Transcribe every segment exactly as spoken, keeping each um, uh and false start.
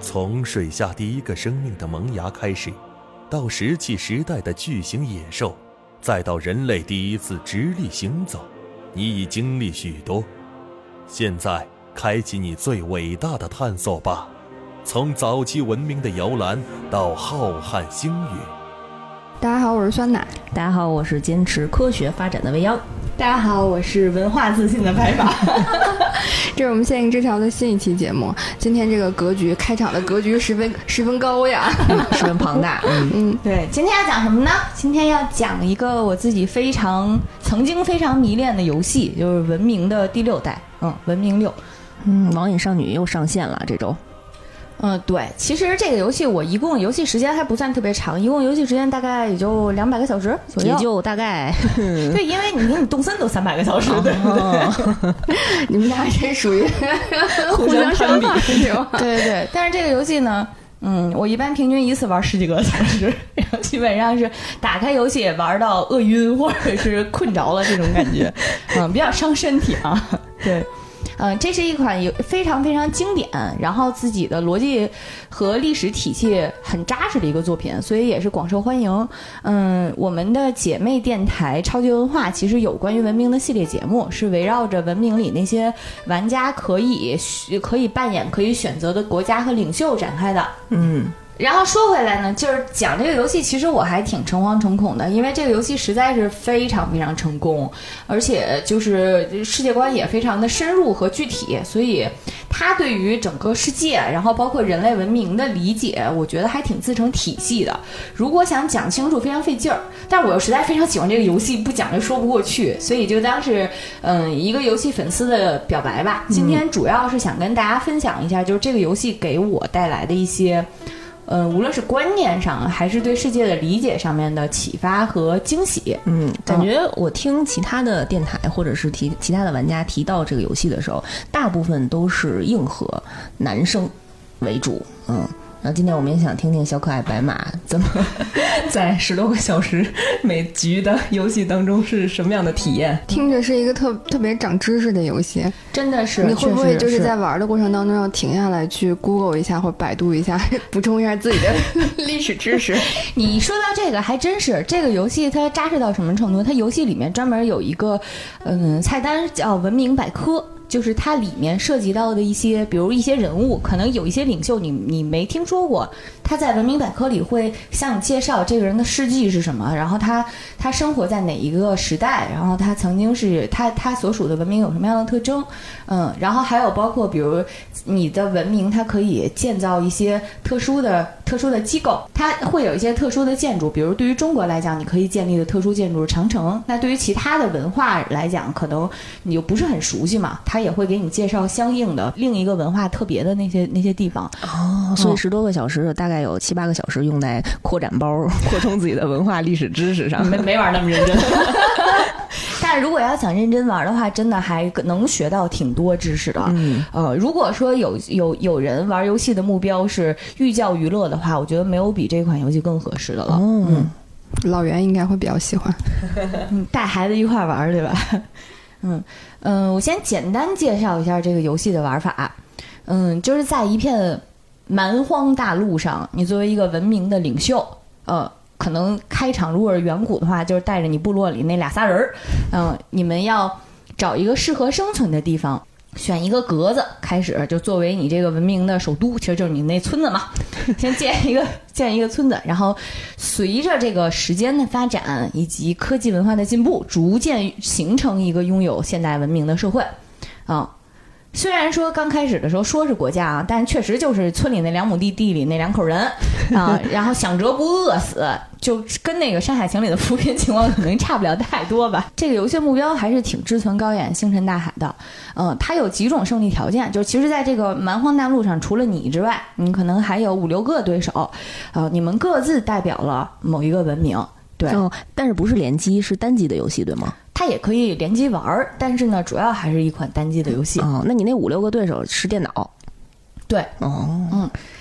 从水下第一个生命的萌芽开始，到石器时代的巨型野兽，再到人类第一次直立行走，你已经历许多。现在开启你最伟大的探索吧，从早期文明的摇篮到浩瀚星宇。 大家好，我是酸奶。 大家好，我是坚持科学发展的未央。 大家好，我是文化自信的白马。 这是我们限定之条的新一期节目。今天这个格局开场的格局十分十分高呀， 十分庞大。 嗯嗯，对。今天要讲什么呢？今天要讲一个我自己非常曾经非常迷恋的游戏，就是《文明》的第六代。嗯，《文明六》。 嗯，网瘾少女又上线了这周。 嗯，对，其实这个游戏我一共游戏时间还不算特别长，一共游戏时间大概也就两百个小时左右， 也就大概对，因为你你动森都三百个小时，对不对？ 你们俩真属于互相攀比， 对对。但是这个游戏呢，嗯，我一般平均一次玩十几个小时，然后基本上是打开游戏玩到饿晕或者是困着了这种感觉，嗯，比较伤身体啊，对。嗯，这是一款非常非常经典，然后自己的逻辑和历史体系很扎实的一个作品，所以也是广受欢迎。嗯，我们的姐妹电台超级文化其实有关于文明的系列节目，是围绕着文明里那些玩家可以可以扮演、可以选择的国家和领袖展开的。 嗯。 然后说回来呢，就是讲这个游戏，其实我还挺诚惶诚恐的，因为这个游戏实在是非常非常成功，而且就是世界观也非常的深入和具体，所以它对于整个世界，然后包括人类文明的理解，我觉得还挺自成体系的。如果想讲清楚，非常费劲儿，但是我又实在非常喜欢这个游戏，不讲就说不过去，所以就当是嗯一个游戏粉丝的表白吧。今天主要是想跟大家分享一下，就是这个游戏给我带来的一些。呃，无论是观念上还是对世界的理解上面的启发和惊喜。 嗯，感觉我听其他的电台或者是提其他的玩家提到这个游戏的时候，大部分都是硬核男生为主。嗯，然后今天我们也想听听小可爱白马怎么在十多个小时每局的游戏当中是什么样的体验。 听着是一个特特别长知识的游戏， 真的是。 你会不会就是在玩的过程当中要停下来去 Google 一下或百度一下，补充一下自己的历史知识？ 你说到这个还真是，这个游戏它扎实到什么程度？它游戏里面专门有一个嗯菜单叫文明百科。就是它里面涉及到的一些，比如一些人物，可能有一些领袖你你没听说过，他在文明百科里会向你介绍这个人的事迹是什么，然后他他生活在哪一个时代，然后他曾经是他他所属的文明有什么样的特征，嗯，然后还有包括比如你的文明，它可以建造一些特殊的特殊的机构，它会有一些特殊的建筑，比如对于中国来讲，你可以建立的特殊建筑是长城，那对于其他的文化来讲，可能你又不是很熟悉嘛，它也会给你介绍相应的另一个文化特别的那些那些地方。 哦，所以十多个小时，大概有七八个小时用在扩展包、扩充自己的文化历史知识上， 没没玩那么认真。但是如果要想认真玩的话，真的还能学到挺多知识的。嗯，呃，如果说有有有人玩游戏的目标是寓教于乐的话，我觉得没有比这款游戏更合适的了。 哦、嗯，老袁应该会比较喜欢， 嗯，带孩子一块玩，对吧？嗯嗯、呃，我先简单介绍一下这个游戏的玩法。嗯，就是在一片蛮荒大陆上，你作为一个文明的领袖，呃。可能开场如果是远古的话，就是带着你部落里那俩仨人儿，嗯，你们要找一个适合生存的地方，选一个格子，开始就作为你这个文明的首都，其实就是你那村子嘛。先建一个建一个村子，然后随着这个时间的发展以及科技文化的进步，逐渐形成一个拥有现代文明的社会，啊。虽然说刚开始的时候说是国家啊，但确实就是村里那两亩地地里那两口人啊，然后想着不饿死，就跟那个《山海情》里的扶贫情况可能差不了太多吧。这个游戏目标还是挺志存高远、星辰大海的。嗯、呃，它有几种胜利条件，就是其实在这个蛮荒大陆上，除了你之外，你可能还有五六个对手，啊、呃，你们各自代表了某一个文明。对、 哦，但是不是联机，是单机的游戏，对吗？ 它也可以联机玩，但是呢，主要还是一款单机的游戏。 哦，那你那五六个对手是电脑？ 对， 哦， 嗯，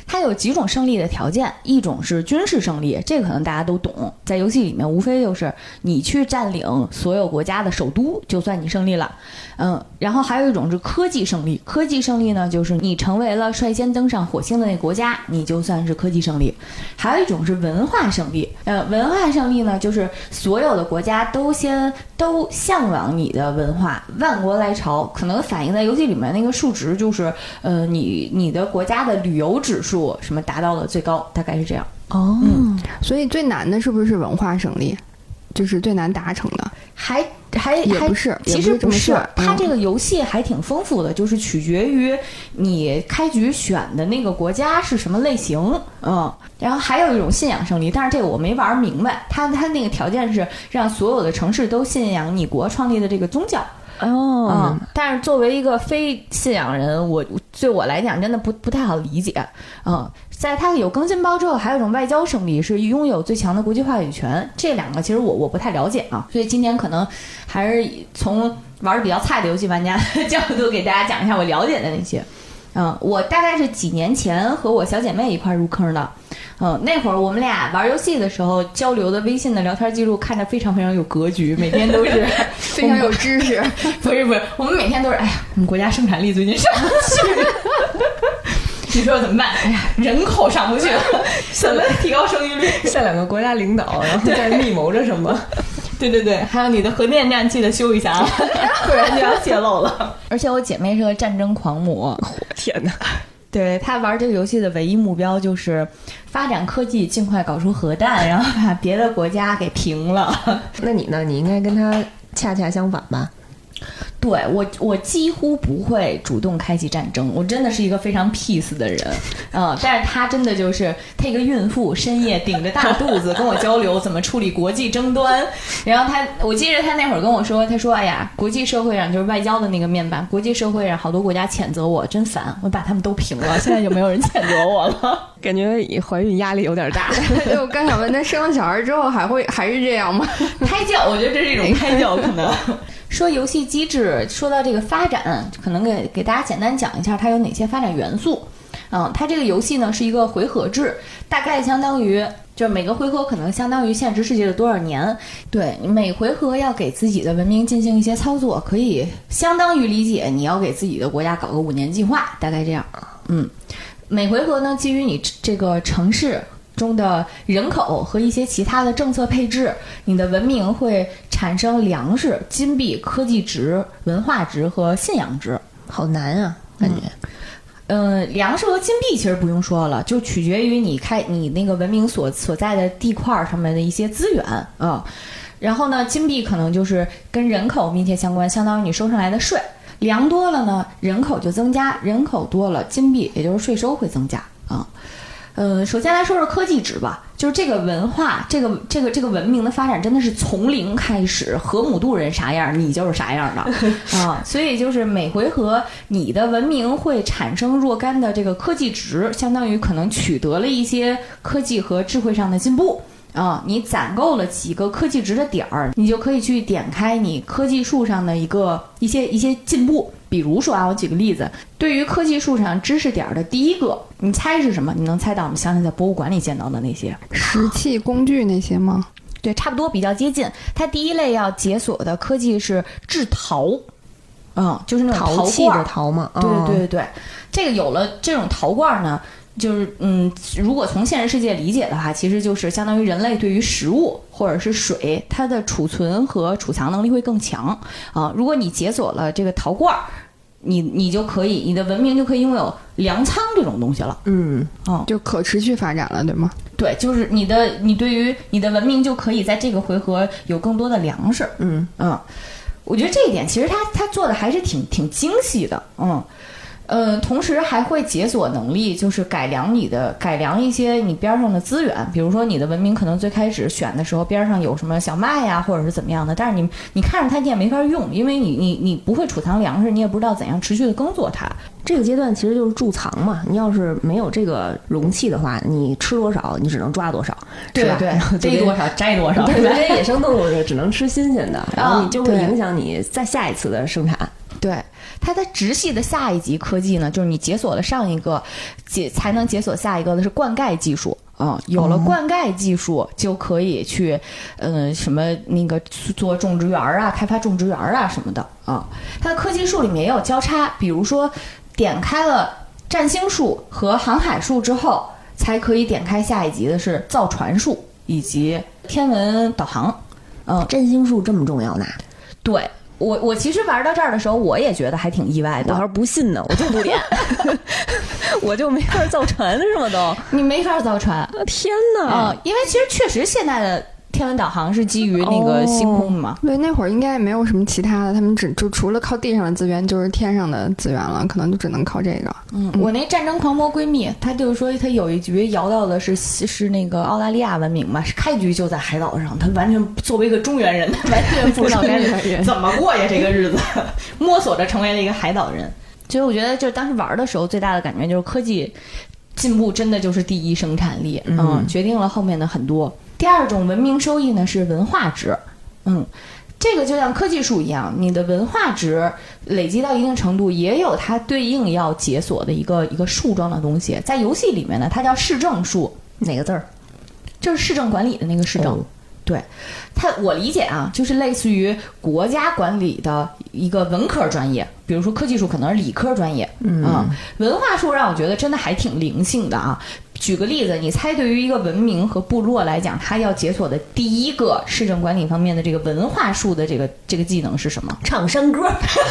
它有几种胜利的条件，一种是军事胜利，这个可能大家都懂，在游戏里面无非就是你去占领所有国家的首都，就算你胜利了。嗯，然后还有一种是科技胜利，科技胜利呢，就是你成为了率先登上火星的那个国家，你就算是科技胜利。还有一种是文化胜利，呃，文化胜利呢，就是所有的国家都先都向往你的文化，万国来朝，可能反映在游戏里面那个数值就是，呃，你你的国家的旅游指数什么达到了最高，大概是这样。 哦， 嗯， 所以最难的是不是文化胜利？就是最难达成的， 还还也不是， 其实不是，它这个个游戏还挺丰富的，就是取决于你开局选的那个国家是什么类型，嗯，然后还有一种信仰胜利，但是这个我没玩明白，它它那个条件是让所有的城市都信仰你国创立的这个宗教。 哦， 嗯，但是作为一个非信仰人，我对我来讲真的不不太好理解。嗯，在它有更新包之后，还有一种外交胜利，是拥有最强的国际话语权。这两个其实我我不太了解啊，所以今天可能还是从玩的比较菜的游戏玩家的角度给大家讲一下我了解的那些。嗯，我大概是几年前和我小姐妹一块入坑的。嗯，那会儿我们俩玩游戏的时候交流的微信的聊天记录看着非常非常有格局，每天都是非常有知识。 不是不是，我们每天都是哎呀，我们国家生产力最近上不去。你说怎么办？哎呀，人口上不去了，怎么提高生育率？ 像两个国家领导，然后在密谋着什么？ 对对对，还有你的核电站记得修一下啊，不然就要泄漏了。而且我姐妹是个战争狂魔， 我天哪！ 对，她玩这个游戏的唯一目标就是发展科技，尽快搞出核弹，然后把别的国家给平了。 那你呢？你应该跟她恰恰相反吧？ 对，我，我几乎不会主动开启战争，我真的是一个非常 peace 的人，嗯，但是她真的就是她一个孕妇，深夜顶着大肚子跟我交流怎么处理国际争端，然后她，我记得她那会儿跟我说，她说，哎呀，国际社会上就是外交的那个面板，国际社会上好多国家谴责我，真烦，我把他们都平了，现在就没有人谴责我了， 感觉怀孕压力有点大。 对，我刚想问，那生了小孩之后还会还是这样吗？ 胎教，我觉得这是一种胎教可能。说游戏机制，说到这个发展，可能给给大家简单讲一下它有哪些发展元素。嗯，它这个游戏呢是一个回合制，大概相当于就是每个回合可能相当于现实世界的多少年。对，每回合要给自己的文明进行一些操作，可以相当于理解你要给自己的国家搞个五年计划，大概这样。嗯，每回合呢基于你这个城市中的人口和一些其他的政策配置，你的文明会产生粮食、金币、科技值、文化值和信仰值。 好难啊，感觉。 嗯，呃、粮食和金币其实不用说了，就取决于你开你那个文明所所在的地块上面的一些资源啊、嗯。然后呢，金币可能就是跟人口密切相关，相当于你收上来的税。粮多了呢，人口就增加，人口多了，金币也就是税收会增加啊。嗯呃，首先来说说科技值吧，就是这个文化，这个这个这个文明的发展真的是从零开始，河姆渡人啥样，你就是啥样的啊。所以就是每回合你的文明会产生若干的这个科技值，相当于可能取得了一些科技和智慧上的进步啊。你攒够了几个科技值的点儿，你就可以去点开你科技树上的一个一些一些进步。比如说啊，我举个例子，对于科技树上知识点的第一个，你猜是什么？你能猜到？我们想想在博物馆里见到的那些石器工具那些吗？ 对，差不多，比较接近。它第一类要解锁的科技是制陶，嗯，就是那种陶器的陶嘛。 对对对对对，这个有了这种陶罐呢。就是嗯，如果从现实世界理解的话，其实就是相当于人类对于食物或者是水，它的储存和储藏能力会更强啊。如果你解锁了这个陶罐，你你就可以，你的文明就可以拥有粮仓这种东西了。 嗯， 哦， 就可持续发展了，对吗？ 对，就是你的你对于你的文明就可以在这个回合有更多的粮食。 嗯嗯，我觉得这一点其实他他做的还是挺挺精细的。嗯。呃，同时还会解锁能力，就是改良你的改良一些你边上的资源，比如说你的文明可能最开始选的时候边上有什么小麦呀，或者是怎么样的，但是你你看着它你也没法用，因为你你你不会储藏粮食，你也不知道怎样持续的耕作它。 这个阶段其实就是贮藏嘛，你要是没有这个容器的话，你吃多少你只能抓多少， 对吧？对，逮多少摘多少。 对，这些野生动物只能吃新鲜的，然后你就会影响你在下一次的生产。 对，它的直系的下一级科技呢，就是你解锁了上一个，解才能解锁下一个的是灌溉技术。嗯，有了灌溉技术，哦、就可以去，嗯、呃，什么那个做种植园啊，开发种植园啊什么的啊。它的科技树里面也有交叉，比如说点开了占星术和航海术之后，才可以点开下一级的是造船术以及天文导航。嗯， 占星术这么重要呢？ 对。我我其实玩到这儿的时候，我也觉得还挺意外的。 我还是不信呢，我就不点，我就没法造船是吗？都你没法造船， 天哪！ 啊、呃，因为其实确实现在的天文导航是基于那个星空的嘛。 哦、对，那会儿应该也没有什么其他的，他们只就除了靠地上的资源，就是天上的资源了，可能就只能靠这个。 嗯，我那战争狂魔闺蜜，她就是说，她有一局摇到的是是那个澳大利亚文明嘛，是开局就在海岛上，她完全作为一个中原人，完全不知道该怎么过呀这个日子，摸索着成为了一个海岛人。所以我觉得，就当时玩的时候，最大的感觉就是科技进步真的就是第一生产力，嗯，嗯决定了后面的很多。第二种文明收益呢是文化值，嗯。这个就像科技树一样，你的文化值累积到一定程度，也有它对应要解锁的一个一个树状的东西。在游戏里面呢，它叫市政树， 哪个字儿？ 就是市政管理的那个市政。哦、对，它我理解啊，就是类似于国家管理的一个文科专业，比如说科技树可能是理科专业，嗯，嗯文化树让我觉得真的还挺灵性的啊。举个例子，你猜对于一个文明和部落来讲，它要解锁的第一个市政管理方面的这个文化树的这个这个技能是什么？ 唱山歌。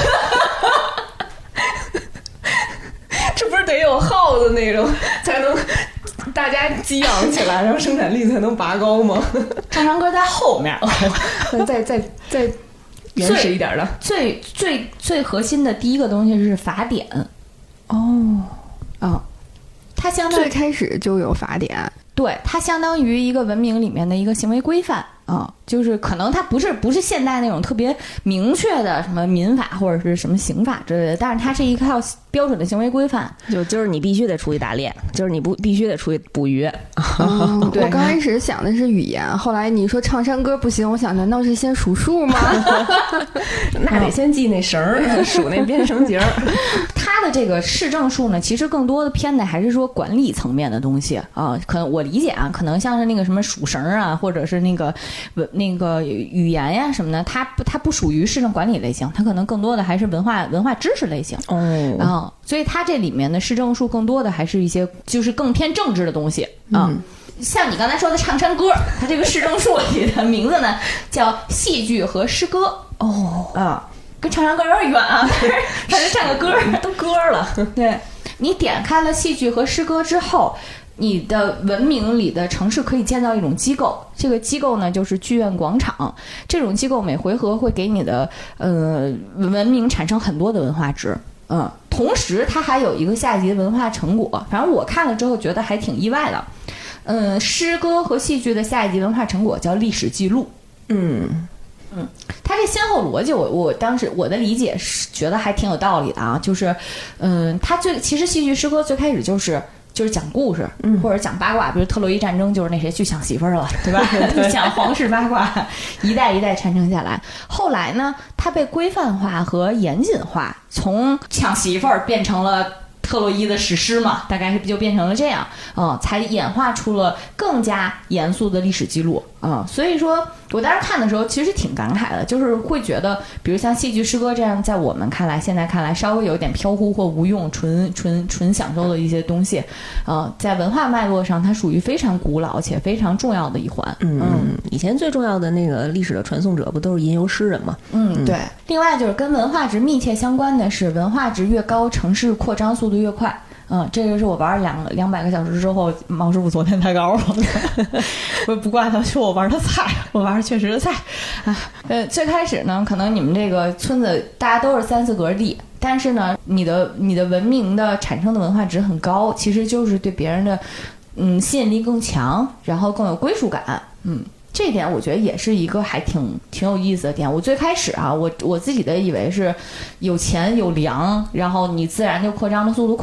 这不是得有耗子那种才能大家激昂起来，然后生产力才能拔高吗？ 唱山歌在后面， 再再再原始一点的。 最最最核心的第一个东西是法典。 哦， 啊。它相当于最开始就有法典， 对，它相当于一个文明里面的一个行为规范啊、嗯，就是可能它不是不是现代那种特别明确的什么民法或者是什么刑法之类的，但是它是一套标准的行为规范。 就今儿你必须得出去打猎，今儿你不必须得出去捕鱼。 哦、我刚开始想的是语言，后来你说唱山歌不行，我想难道是先数数吗？ 那得先系那绳儿，数那编绳结儿。 它的这个市政术呢，其实更多的偏的还是说管理层面的东西啊。可能我理解啊，可能像是那个什么数绳啊，或者是那个那个语言呀什么的，它不它不属于市政管理类型，它可能更多的还是文化文化知识类型。哦，然后所以它这里面的市政术更多的还是一些就是更偏政治的东西啊。嗯，像你刚才说的唱山歌，它这个市政术里的名字呢叫戏剧和诗歌。哦啊。跟唱山歌有点远啊，反正唱个歌都歌了。 对，你点开了戏剧和诗歌之后，你的文明里的城市可以建造一种机构，这个机构呢就是剧院广场。这种机构每回合会给你的呃文明产生很多的文化值，嗯，同时它还有一个下级的文化成果。反正我看了之后觉得还挺意外的。嗯，诗歌和戏剧的下一级文化成果叫历史记录。嗯。嗯，它这先后逻辑我，我我当时我的理解是觉得还挺有道理的啊，就是，嗯，它最其实戏剧诗歌最开始就是就是讲故事，嗯，或者讲八卦，比如特洛伊战争就是那谁去抢媳妇儿了，对吧？讲皇室八卦，一代一代传承下来。后来呢，它被规范化和严谨化，从抢媳妇儿变成了特洛伊的史诗嘛，大概是就变成了这样，嗯，才演化出了更加严肃的历史记录，嗯，所以说我当时看的时候其实挺感慨的，就是会觉得，比如像戏剧诗歌这样，在我们看来，现在看来稍微有点飘忽或无用、纯纯纯享受的一些东西，呃，在文化脉络上，它属于非常古老且非常重要的一环。 嗯，嗯以前最重要的那个历史的传颂者不都是吟游诗人吗？ 嗯，对。另外就是跟文化值密切相关的是，文化值越高，城市扩张速度越快。嗯，这个是我玩两两百个小时之后，毛师傅昨天才告诉我的。我不怪他，说我玩的菜，我玩的确实是菜。啊，呃，最开始呢，可能你们这个村子大家都是三四格地，但是呢，你的你的文明的产生的文化值很高，其实就是对别人的嗯吸引力更强，然后更有归属感。嗯，这一点我觉得也是一个还挺挺有意思的点。我最开始啊，我我自己的以为是有钱有粮，然后你自然就扩张的速度快。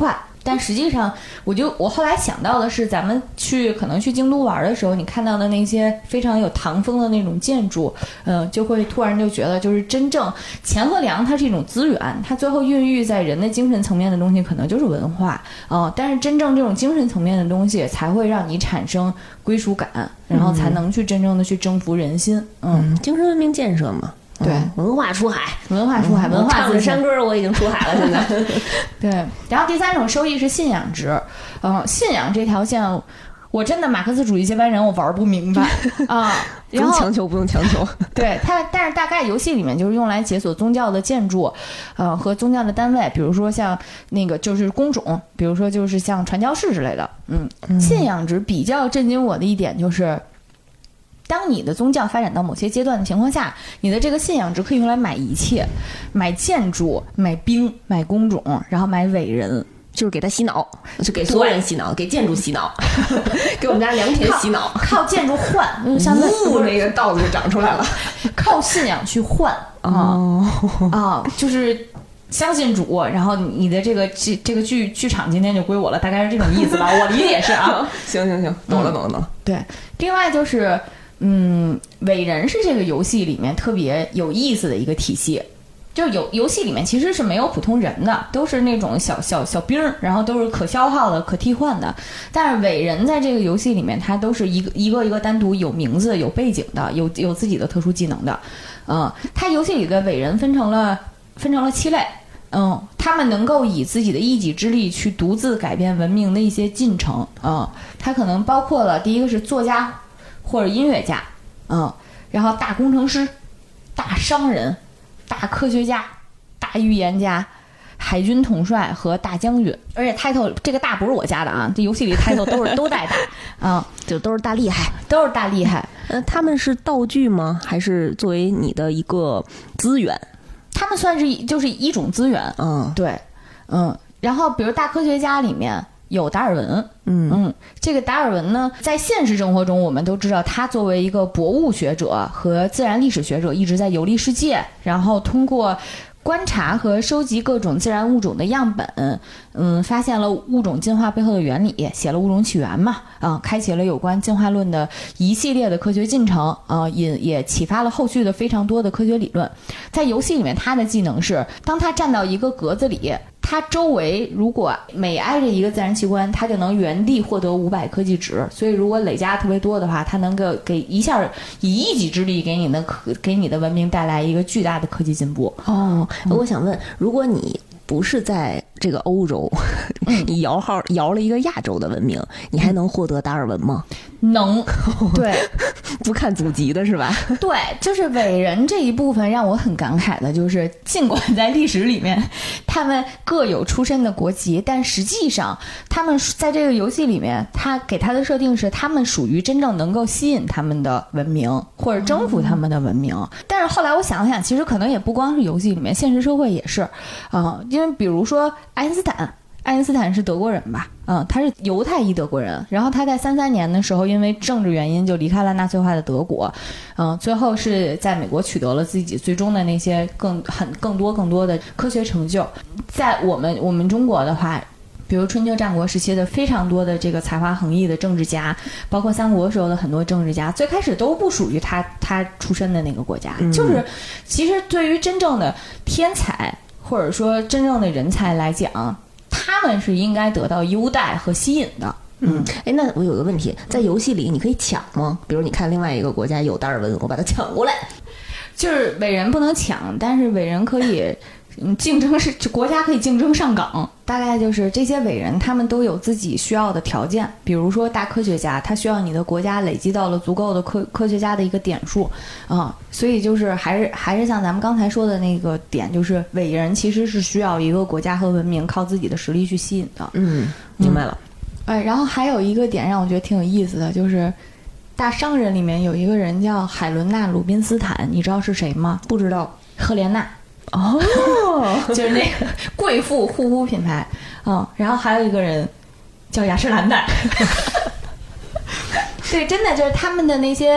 但实际上，我就我后来想到的是，咱们去可能去京都玩的时候，你看到的那些非常有唐风的那种建筑，呃，就会突然就觉得，就是真正钱和粮它是一种资源，它最后孕育在人的精神层面的东西，可能就是文化啊、呃。但是真正这种精神层面的东西，才会让你产生归属感，然后才能去真正的去征服人心。嗯， 嗯精神文明建设嘛。 对、 嗯，文化出海， 文化出海， 嗯、 文化唱着山歌，我已经出海了。现在， 对。然后第三种收益是信仰值，嗯、呃，信仰这条线，我真的马克思主义接班人，我玩不明白啊。 不用强求，不用强求。 对它，但是大概游戏里面就是用来解锁宗教的建筑，呃，和宗教的单位，比如说像那个就是工种，比如说就是像传教士之类的。嗯，嗯信仰值比较震惊我的一点就是。当你的宗教发展到某些阶段的情况下，你的这个信仰值可以用来买一切，买建筑、买兵、买工种，然后买伟人， 就是给他洗脑，就给所有人洗脑，给建筑洗脑，给我们家良田洗脑， 靠建筑换，就是像雾那个稻子就长出来了， 靠信仰去换啊、 哦、 啊，就是相信主，然后你的这个这这个剧剧场今天就归我了，大概是这种意思吧，我理解是啊。 行行行，懂了懂了懂了。 对，另外就是。嗯，伟人是这个游戏里面特别有意思的一个体系，就游游戏里面其实是没有普通人的，都是那种小小小兵，然后都是可消耗的、可替换的。但是伟人在这个游戏里面，他都是一个一个一个单独有名字、有背景的，有有自己的特殊技能的。嗯，他游戏里的伟人分成了分成了七类。嗯，他们能够以自己的一己之力去独自改变文明的一些进程。嗯，他可能包括了第一个是作家。或者音乐家，嗯，然后大工程师、大商人、大科学家、大预言家、海军统帅和大将军。而且 title 这个大不是我加的啊，这游戏里 title 都是都带大，啊、嗯， 就都是大厉害， 都是大厉害。 呃，他们是道具吗？还是作为你的一个资源？ 他们算是就是一种资源， 嗯， 对，嗯。然后比如大科学家里面。有达尔文， 嗯嗯，这个达尔文呢，在现实生活中，我们都知道，他作为一个博物学者和自然历史学者，一直在游历世界，然后通过观察和收集各种自然物种的样本，嗯，发现了物种进化背后的原理，写了《物种起源》嘛，啊、嗯，开启了有关进化论的一系列的科学进程，啊、呃，也也启发了后续的非常多的科学理论。在游戏里面，他的技能是，当他站到一个格子里。它周围如果每挨着一个自然奇观，它就能原地获得五百科技值。所以如果累加特别多的话，它能够给一下以一己之力给你的科给你的文明带来一个巨大的科技进步。 哦，我想问，如果你不是在这个欧洲，你摇号摇了一个亚洲的文明，你还能获得达尔文吗？ 能，对， 不看祖籍的是吧？ 对，就是伟人这一部分让我很感慨的，就是尽管在历史里面他们各有出身的国籍，但实际上他们在这个游戏里面，他给他的设定是他们属于真正能够吸引他们的文明或者征服他们的文明。嗯、但是后来我想了想，其实可能也不光是游戏里面，现实社会也是，啊、呃，因为比如说爱因斯坦。爱因斯坦是德国人吧？嗯，他是犹太裔德国人。然后他在三三年的时候，因为政治原因就离开了纳粹化的德国。嗯，最后是在美国取得了自己最终的那些更很更多更多的科学成就。在我们我们中国的话，比如春秋战国时期的非常多的这个才华横溢的政治家，包括三国时候的很多政治家，最开始都不属于他他出身的那个国家。嗯、就是其实对于真正的天才或者说真正的人才来讲。他们是应该得到优待和吸引的。 嗯，哎，那我有个问题，在游戏里你可以抢吗？比如你看另外一个国家有达尔文，我把它抢过来。 就是伟人不能抢，但是伟人可以，嗯，竞争是国家可以竞争上岗。大概就是这些伟人，他们都有自己需要的条件。比如说大科学家，他需要你的国家累积到了足够的科科学家的一个点数啊、嗯，所以就是还是还是像咱们刚才说的那个点，就是伟人其实是需要一个国家和文明靠自己的实力去吸引的。 嗯，明白了。 嗯、哎，然后还有一个点让我觉得挺有意思的，就是大商人里面有一个人叫海伦娜·鲁宾斯坦，你知道是谁吗？ 不知道。 赫莲娜。 哦， 就是那个贵妇护肤品牌，嗯，然后还有一个人叫雅诗兰黛，对，真的就是他们的那些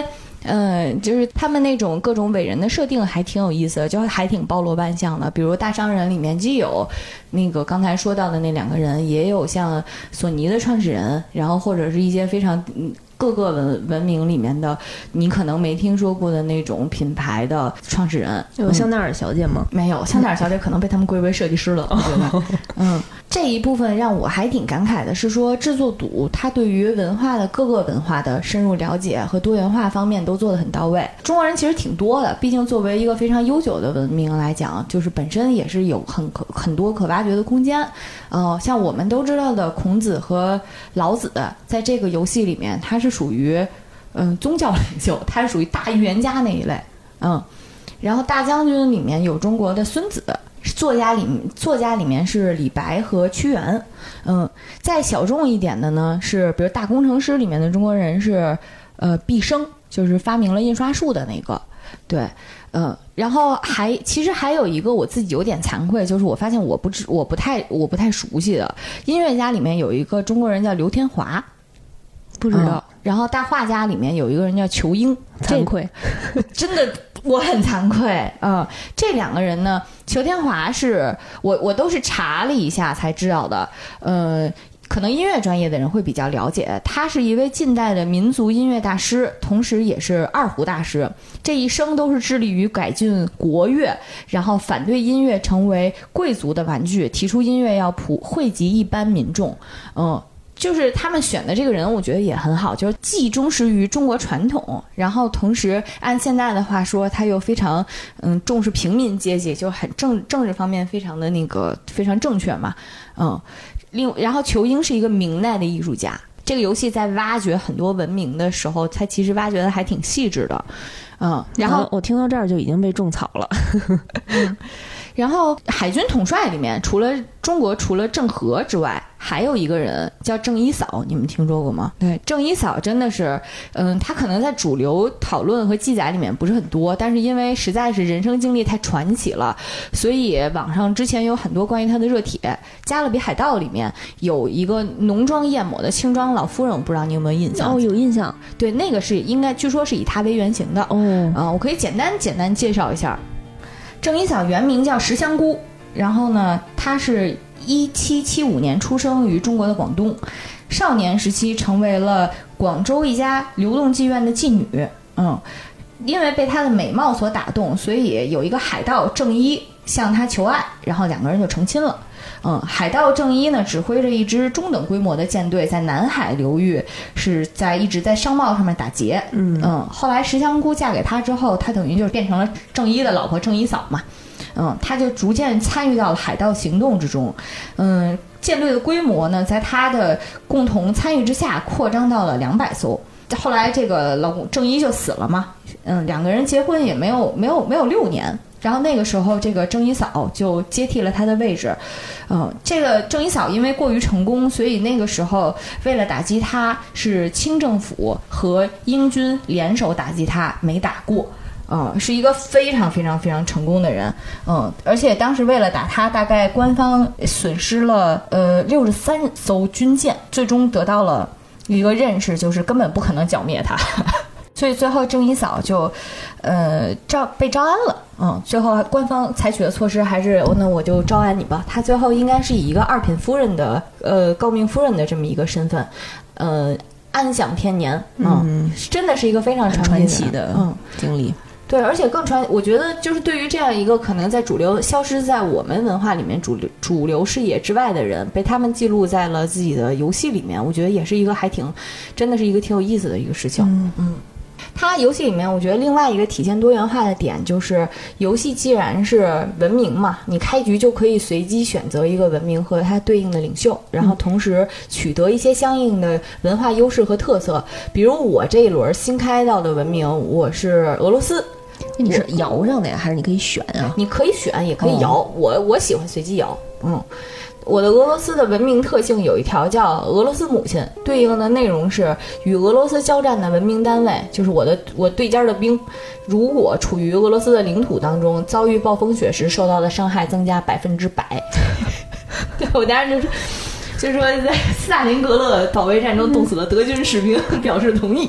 嗯，就是他们那种各种伟人的设定还挺有意思的，就还挺包罗万象的。比如大商人里面既有那个刚才说到的那两个人，也有像索尼的创始人，然后或者是一些非常各个文文明里面的你可能没听说过的那种品牌的创始人。 有香奈儿小姐吗？ 嗯、没有，香奈儿小姐可能被他们归为设计师了，我觉得。嗯，这一部分让我还挺感慨的是说，制作组他对于文化的各个文化的深入了解和多元化方面都做得很到位。中国人其实挺多的，毕竟作为一个非常悠久的文明来讲，就是本身也是有很可很多可挖掘的空间。呃，像我们都知道的孔子和老子，在这个游戏里面，他是属于嗯、呃、宗教领袖，他是属于大预言家那一类。嗯，然后大将军里面有中国的孙子。作家里作家里面是李白和屈原。嗯，再小众一点的呢是比如大工程师里面的中国人是呃毕升，就是发明了印刷术的那个。对，嗯，然后还其实还有一个我自己有点惭愧，就是我发现我不知我不太我不太熟悉的音乐家里面有一个中国人叫刘天华， 不知道、嗯。 然后大画家里面有一个人叫裘英， 惭愧， 真的我很惭愧。嗯，这两个人呢，裘天华是我我都是查了一下才知道的。呃，可能音乐专业的人会比较了解，他是一位近代的民族音乐大师，同时也是二胡大师。这一生都是致力于改进国乐，然后反对音乐成为贵族的玩具，提出音乐要普惠及一般民众。嗯。就是他们选的这个人我觉得也很好，就是既忠实于中国传统，然后同时按现在的话说他又非常嗯重视平民阶级，就很政政治方面非常的那个非常正确嘛。嗯，另然后裘英是一个明代的艺术家，这个游戏在挖掘很多文明的时候他其实挖掘的还挺细致的。嗯，然后、 啊、我听到这儿就已经被种草了。 嗯，然后海军统帅里面除了中国除了郑和之外，还有一个人叫郑一扫，你们听说过吗？对，郑一扫真的是嗯他可能在主流讨论和记载里面不是很多，但是因为实在是人生经历太传奇了，所以网上之前有很多关于他的热帖。加勒比海盗里面有一个浓妆艳抹的轻装老夫人，我不知道你有没有印象？ 哦，有印象。 对，那个是应该据说是以他为原型的。 哦， 啊、呃，我可以简单简单介绍一下。郑一扫原名叫石香姑，然后呢，她是一七七五年出生于中国的广东，少年时期成为了广州一家流动妓院的妓女。嗯，因为被她的美貌所打动，所以有一个海盗郑一向她求爱，然后两个人就成亲了。嗯，海盗郑一呢，指挥着一支中等规模的舰队，在南海流域是在一直在商贸上面打劫。嗯嗯，后来石香姑嫁给他之后，他等于就变成了郑一的老婆郑一扫嘛。嗯，他就逐渐参与到了海盗行动之中。嗯，舰队的规模呢，在他的共同参与之下，扩张到了两百艘。后来这个老公郑一就死了嘛。嗯，两个人结婚也没有没有没有六年。然后那个时候，这个郑一扫就接替了他的位置。嗯，这个郑一扫因为过于成功，所以那个时候为了打击他，是清政府和英军联手打击他，没打过。嗯，是一个非常非常非常成功的人。嗯，而且当时为了打他，大概官方损失了呃六十三艘军舰，最终得到了一个认识，就是根本不可能剿灭他。所以最后郑一扫就，呃，招被招安了。嗯，最后官方采取的措施还是，哦，那我就招安你吧。他最后应该是以一个二品夫人的，呃，诰命夫人的这么一个身份，呃，安享天年。嗯，嗯真的是一一个非常传奇的嗯经历。 对，而且更传，我觉得就是对于这样一个可能在主流消失在我们文化里面主流主流视野之外的人，被他们记录在了自己的游戏里面，我觉得也是一个还挺，真的是一个挺有意思的一个事情。嗯嗯。它游戏里面我觉得另外一个体现多元化的点就是游戏既然是文明嘛，你开局就可以随机选择一个文明和它对应的领袖，然后同时取得一些相应的文化优势和特色。比如我这一轮新开到的文明我是俄罗斯。 你是摇上的呀，还是你可以选啊？ 你可以选也可以摇。哦、我我喜欢随机摇。嗯，我的俄罗斯的文明特性有一条叫俄罗斯母亲，对应的内容是与俄罗斯交战的文明单位，就是我的我对家的兵，如果处于俄罗斯的领土当中，遭遇暴风雪时受到的伤害增加百分之百。对，我当时就是就是说在斯大林格勒保卫战中冻死了德军士兵表示同意。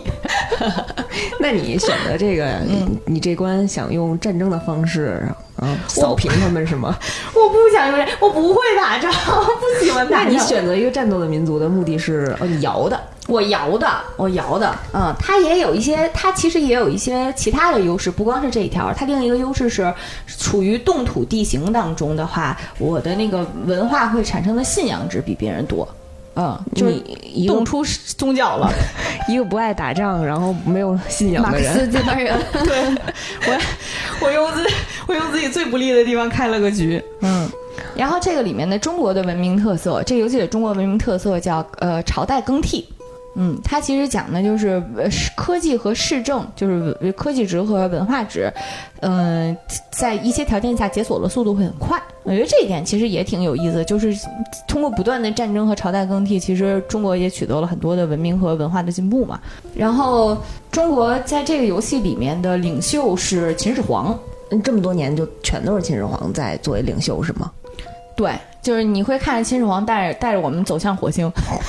那你选择这个，嗯、你这关想用战争的方式啊扫平他们是吗？ 我不想用，我不会打仗，不喜欢打仗。 那你选择一个战斗的民族的目的是哦，你摇的。 我摇的，我摇的，嗯，它也有一些，它其实也有一些其他的优势，不光是这一条。它另一个优势是，处于冻土地形当中的话，我的那个文化会产生的信仰值比别人多，嗯，就是动出宗教了。 一个不爱打仗，然后没有信仰的人， 马克思这帮人， 对我，我用自我用自己最不利的地方开了个局，嗯。然后这个里面的中国的文明特色，这个游戏的中国文明特色叫呃朝代更替。嗯，它其实讲的就是呃科技和市政，就是科技值和文化值，嗯、呃，在一些条件下解锁的速度会很快。我觉得这一点其实也挺有意思，就是通过不断的战争和朝代更替，其实中国也取得了很多的文明和文化的进步嘛。然后中国在这个游戏里面的领袖是秦始皇， 嗯，这么多年就全都是秦始皇在作为领袖是吗？ 对，就是你会看着秦始皇带着带着我们走向火星。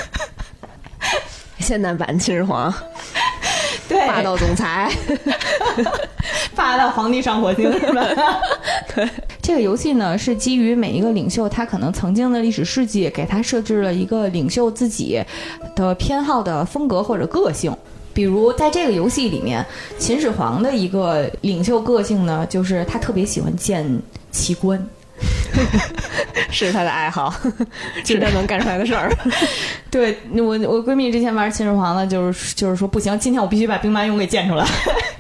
现代版秦始皇， 对， 霸道总裁， 霸道皇帝上火星是吧？对，这个游戏呢是基于每一个领袖他可能曾经的历史事迹，给他设置了一个领袖自己的偏好的风格或者个性。比如在这个游戏里面，秦始皇的一个领袖个性呢，就是他特别喜欢建奇观。 是他的爱好，是他能干出来的事儿。 对，我我闺蜜之前玩秦始皇呢，就是就是说不行，今天我必须把兵马俑给建出来。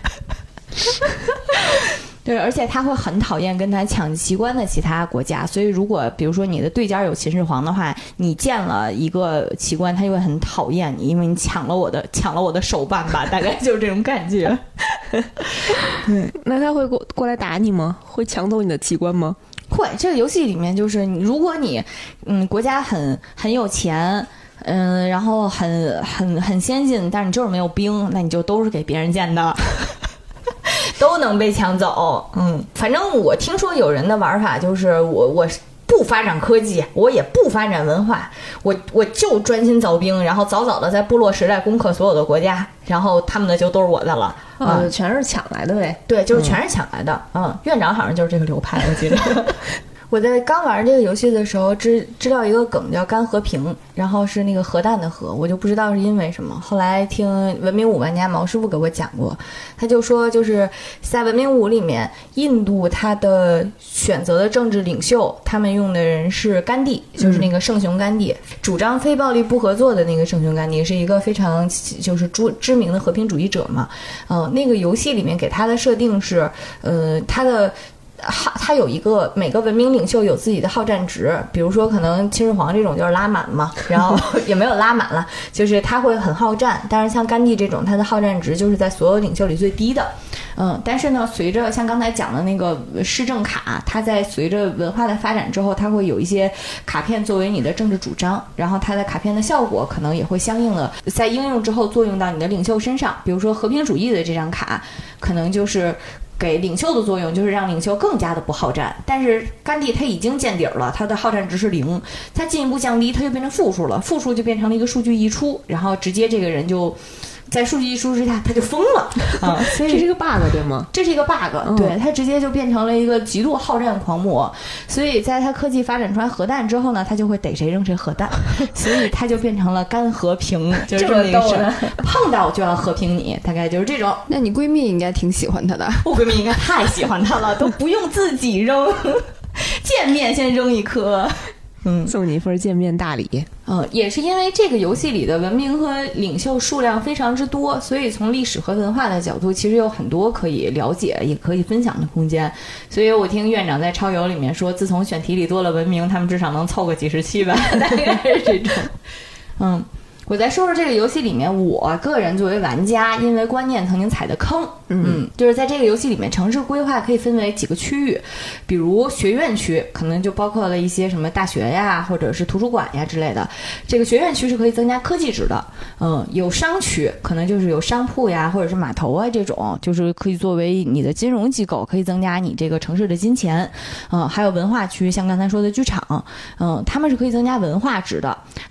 对，而且他会很讨厌跟他抢奇观的其他国家，所以如果比如说你的对家有秦始皇的话，你建了一个奇观，他就会很讨厌你，因为你抢了我的抢了我的手办吧，大概就是这种感觉。 对，那他会过过来打你吗？会抢走你的奇观吗？ 会，这个游戏里面就是你，如果你嗯国家很很有钱，嗯，然后很很很先进，但是你就是没有兵，那你就都是给别人建的。都能被抢走，嗯，反正我听说有人的玩法就是我我不发展科技，我也不发展文化，我我就专心凿兵，然后早早的在部落时代攻克所有的国家，然后他们的就都是我的了， 啊、嗯，全是抢来的呗， 对，就是全是抢来的，嗯，嗯院长好像就是这个流派，我记得。我在刚玩这个游戏的时候知知道一个梗叫干和平，然后是那个核弹的核，我就不知道是因为什么。后来听文明五玩家毛师傅给我讲过，他就说就是在文明五里面，印度他的选择的政治领袖，他们用的人是甘地，就是那个圣雄甘地，嗯、主张非暴力不合作的那个圣雄甘地是一个非常就是知名的和平主义者嘛。嗯、呃，那个游戏里面给他的设定是，呃，他的。好，他有一个每个文明领袖有自己的好战值，比如说可能秦始皇这种就是拉满嘛，然后也没有拉满了，就是他会很好战，但是像甘地这种他的好战值就是在所有领袖里最低的，嗯，但是呢，随着像刚才讲的那个市政卡，它在随着文化的发展之后，它会有一些卡片作为你的政治主张，然后它的卡片的效果可能也会相应的在应用之后作用到你的领袖身上，比如说和平主义的这张卡，可能就是给领袖的作用就是让领袖更加的不好战，但是甘地他已经见底了，他的好战值是零，他进一步降低，他就变成负数了，负数就变成了一个数据溢出，然后直接这个人就在数据溢出之下他就疯了啊！所以这是一个 bug 对吗？ 这是一个 bug，、嗯、对，他直接就变成了一个极度好战狂魔。所以在他科技发展出来核弹之后呢，他就会逮谁扔谁核弹，所以他就变成了干和平，就是这么一个事，碰到就要和平你，大概就是这种。 那你闺蜜应该挺喜欢他的， 我闺蜜应该太喜欢他了，都不用自己扔，见面先扔一颗。 嗯，送你一份见面大礼。 嗯，也是因为这个游戏里的文明和领袖数量非常之多，所以从历史和文化的角度，其实有很多可以了解，也可以分享的空间。所以我听院长在超游里面说，自从选题里多了文明，他们至少能凑个几十期吧，大概是这种。嗯。我再说说这个游戏里面，我个人作为玩家，因为观念曾经踩的坑，嗯，就是在这个游戏里面，城市规划可以分为几个区域，比如学院区，可能就包括了一些什么大学呀，或者是图书馆呀之类的。这个学院区是可以增加科技值的，嗯，有商区，可能就是有商铺呀，或者是码头啊这种，就是可以作为你的金融机构，可以增加你这个城市的金钱，嗯，还有文化区，像刚才说的剧场，嗯，他们是可以增加文化值的，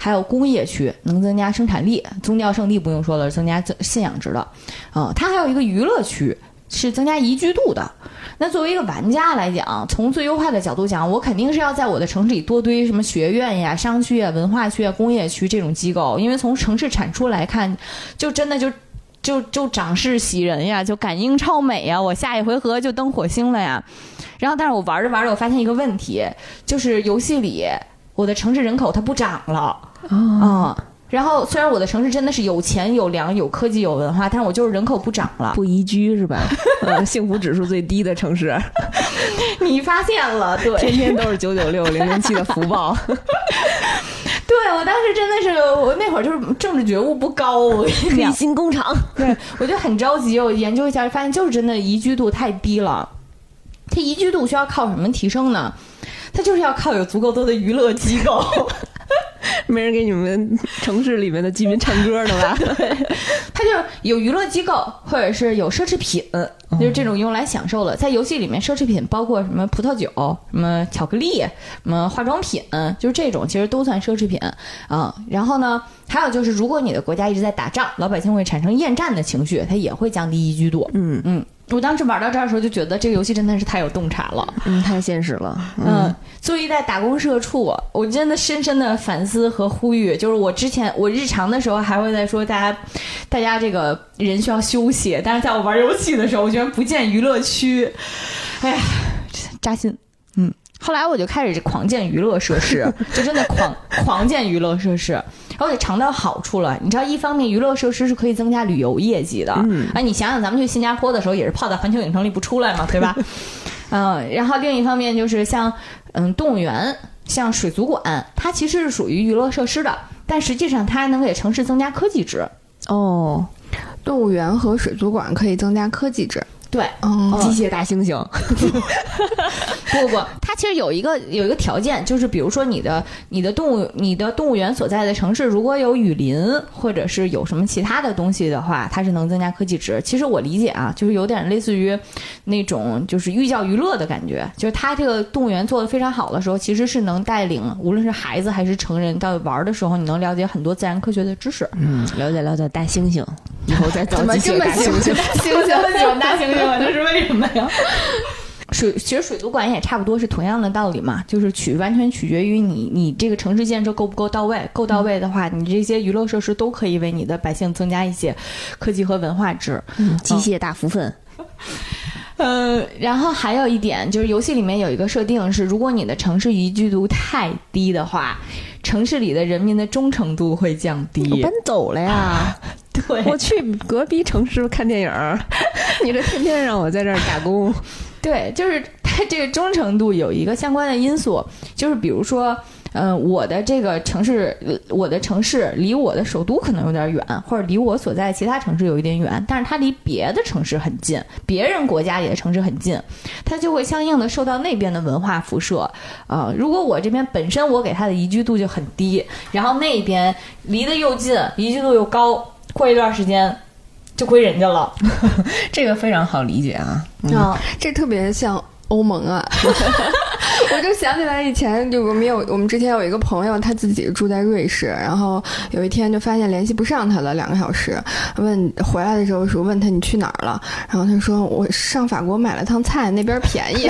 还有工业区能增加生产力，宗教圣地不用说了，增加信仰值的，啊、呃，它还有一个娱乐区是增加宜居度的。那作为一个玩家来讲，从最优化的角度讲，我肯定是要在我的城市里多堆什么学院呀、商区呀、文化区呀、工业区这种机构，因为从城市产出来看，就真的就就就长势喜人呀，就感应超美呀，我下一回合就登火星了呀。然后，但是我玩着玩着，我发现一个问题，就是游戏里我的城市人口它不涨了啊。 哦嗯然后，虽然我的城市真的是有钱有粮有科技有文化，但是我就是人口不涨了， 不宜居是吧？呃，幸福指数最低的城市， 你发现了，对， 天天都是九九六零零七的福报。 对，我当时真的是，我那会儿就是政治觉悟不高，我跟你讲， 黑心工厂。 对，我就很着急，我研究一下，发现就是真的宜居度太低了。它宜居度需要靠什么提升呢？它就是要靠有足够多的娱乐机构。 没人给你们城市里面的居民唱歌的吧？ 它就是有娱乐机构，或者是有奢侈品，就是这种用来享受的。在游戏里面，奢侈品包括什么葡萄酒、什么巧克力、什么化妆品，就是这种其实都算奢侈品啊、嗯。然后呢，还有就是，如果你的国家一直在打仗，老百姓会产生厌战的情绪，它也会降低宜居度。嗯嗯。我当时玩到这儿的时候就觉得这个游戏真的是太有洞察了， 嗯，太现实了。嗯， 嗯作为一代打工社畜，我真的深深的反思和呼吁，就是我之前我日常的时候还会在说大家，大家这个人需要休息，但是在我玩游戏的时候，我居然不见娱乐区，哎呀，扎心。嗯，后来我就开始狂建娱乐设施，就真的狂狂建娱乐设施。然后我得尝到好处了，你知道，一方面娱乐设施是可以增加旅游业绩的，嗯，哎，你想想咱们去新加坡的时候也是泡在环球影城里不出来嘛，对吧？嗯，然后另一方面就是像嗯动物园、像水族馆，它其实是属于娱乐设施的，但实际上它还能给城市增加科技值。 哦，动物园和水族馆可以增加科技值。 对， 嗯， 机械大猩猩。 不不不，它其实有一个有一个条件，就是比如说你的你的动物你的动物园所在的城市如果有雨林或者是有什么其他的东西的话，它是能增加科技值。其实我理解啊，就是有点类似于那种就是寓教于乐的感觉，就是它这个动物园做得非常好的时候，其实是能带领无论是孩子还是成人到玩的时候，你能了解很多自然科学的知识。 嗯，了解了解大猩猩，以后再找机械大猩猩。 大猩猩，这么喜欢大猩猩。这是为什么呀？水其实水族馆也差不多是同样的道理嘛，就是取完全取决于你你这个城市建设够不够到位，够到位的话，你这些娱乐设施都可以为你的百姓增加一些科技和文化值。 嗯，机械大福分。 呃，然后还有一点就是，游戏里面有一个设定是，如果你的城市宜居度太低的话，城市里的人民的忠诚度会降低。 我搬走了呀。 对， 我去隔壁城市看电影，你这天天让我在这儿打工。 对，就是它这个忠诚度有一个相关的因素，就是比如说，嗯、呃，我的这个城市，我的城市离我的首都可能有点远，或者离我所在其他城市有一点远，但是它离别的城市很近，别人国家里的城市很近，它就会相应的受到那边的文化辐射。呃，如果我这边本身我给它的宜居度就很低，然后那边离得又近，宜居度又高。过一段时间就归人家了。 这个非常好理解啊。 嗯，哦、这特别像欧盟啊。我就想起来以前就我们有我们之前有一个朋友，他自己住在瑞士，然后有一天就发现联系不上他了两个小时，问回来的时候说问他你去哪儿了，然后他说我上法国买了趟菜，那边便宜。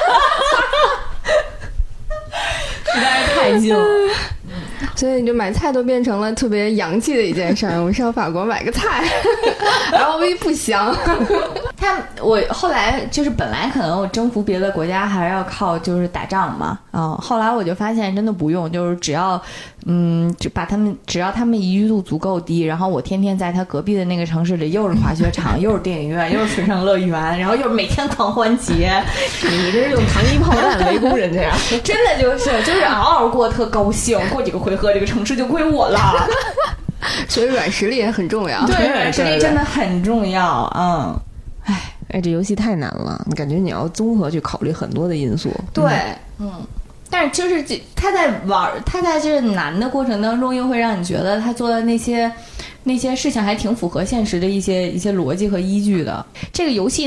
实在是太近了。 所以你就买菜都变成了特别洋气的一件事儿。我上法国买个菜，L V 不香。 他我后来就是本来可能我征服别的国家还是要靠就是打仗嘛，啊、嗯，后来我就发现真的不用，就是只要嗯，就把他们只要他们宜居度足够低，然后我天天在他隔壁的那个城市里，又是滑雪场，又是电影院，又是水上乐园，然后又是每天狂欢节。 你这是用糖衣炮弹围攻人家呀？ 真的就是就是嗷嗷过特高兴，过几个回合这个城市就归我了。 所以软实力也很重要。 对，软实力真的很重要。嗯，哎哎，这游戏太难了，感觉你要综合去考虑很多的因素。 对，嗯。嗯但是就是他在玩，他在这难的过程当中，又会让你觉得他做的那些那些事情还挺符合现实的一些一些逻辑和依据的。这个游戏呢，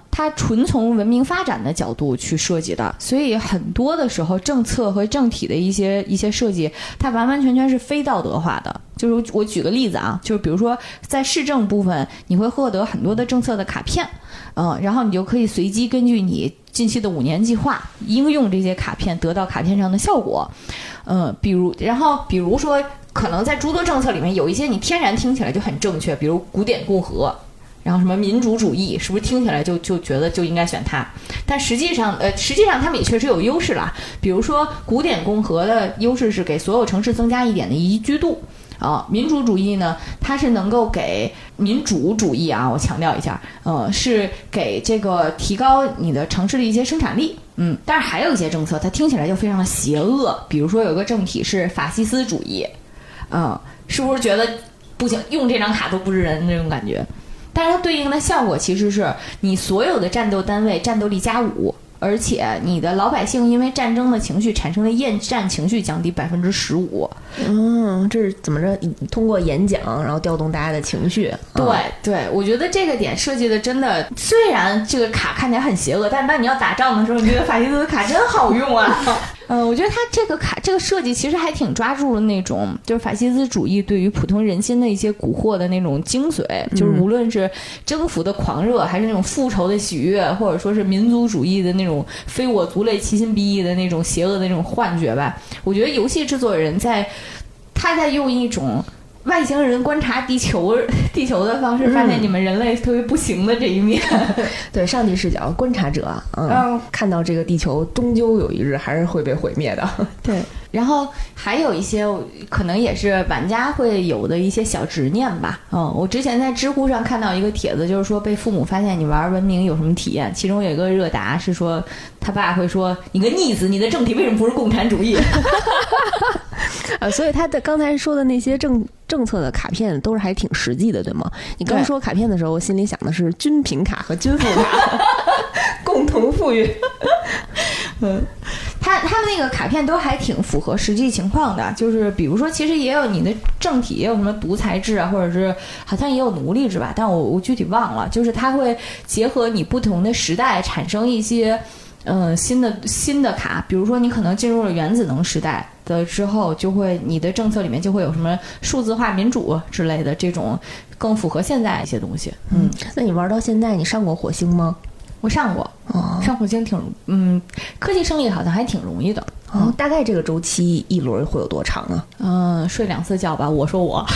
它纯从文明发展的角度去设计的，所以很多的时候政策和政体的一些一些设计，它完完全全是非道德化的。就是我举个例子啊，就是比如说在市政部分，你会获得很多的政策的卡片，嗯，然后你就可以随机根据你近期的五年计划应用这些卡片，得到卡片上的效果。嗯，比如，然后比如说，可能在诸多政策里面有一些你天然听起来就很正确，比如古典共和。然后什么民主主义，是不是听起来就就觉得就应该选它？但实际上，呃，实际上他们也确实有优势啦。比如说，古典共和的优势是给所有城市增加一点的宜居度啊、呃。民主主义呢，它是能够给民主主义啊，我强调一下，呃，是给这个提高你的城市的一些生产力。嗯，但是还有一些政策，它听起来就非常的邪恶。比如说，有个政体是法西斯主义，嗯、呃，是不是觉得不行，用这张卡都不是人那种感觉？但是它对应的效果其实是你所有的战斗单位战斗力加五，而且你的老百姓因为战争的情绪产生的厌战情绪降低百分之十五。 嗯，这是怎么着？通过演讲，然后调动大家的情绪。 对、嗯、对，我觉得这个点设计的真的，虽然这个卡看起来很邪恶，但是当你要打仗的时候，你觉得法西斯卡真好用啊。嗯，我觉得它这个卡这个设计其实还挺抓住了那种就是法西斯主义对于普通人心的一些蛊惑的那种精髓，就是无论是征服的狂热，还是那种复仇的喜悦，或者说是民族主义的那种非我族类其心必异的那种邪恶的那种幻觉吧。我觉得游戏制作人在他在用一种外星人观察地球地球的方式，发现你们人类特别不行的这一面。 嗯、对，上帝视角观察者，嗯，嗯看到这个地球终究有一日还是会被毁灭的。 对，然后还有一些可能也是玩家会有的一些小执念吧。嗯，我之前在知乎上看到一个帖子，就是说被父母发现你玩文明有什么体验，其中有一个热答是说他爸会说：“你个逆子，你的政体为什么不是共产主义？” 呃，所以他的刚才说的那些政政策的卡片都是还挺实际的，对吗？你刚说卡片的时候，我心里想的是军品卡和军富卡，共同富裕。 嗯，他他们那个卡片都还挺符合实际情况的，就是比如说，其实也有你的政体，也有什么独裁制啊，或者是好像也有奴隶制吧，但我我具体忘了。就是它会结合你不同的时代，产生一些嗯新的新的卡，比如说你可能进入了原子能时代的之后，就会你的政策里面就会有什么数字化民主之类的这种更符合现在一些东西。 嗯，那你玩到现在，你上过火星吗？ 我上过，哦、上火星挺嗯，科技胜利好像还挺容易的。 哦，大概这个周期一轮会有多长啊？ 嗯，睡两次觉吧。我说我。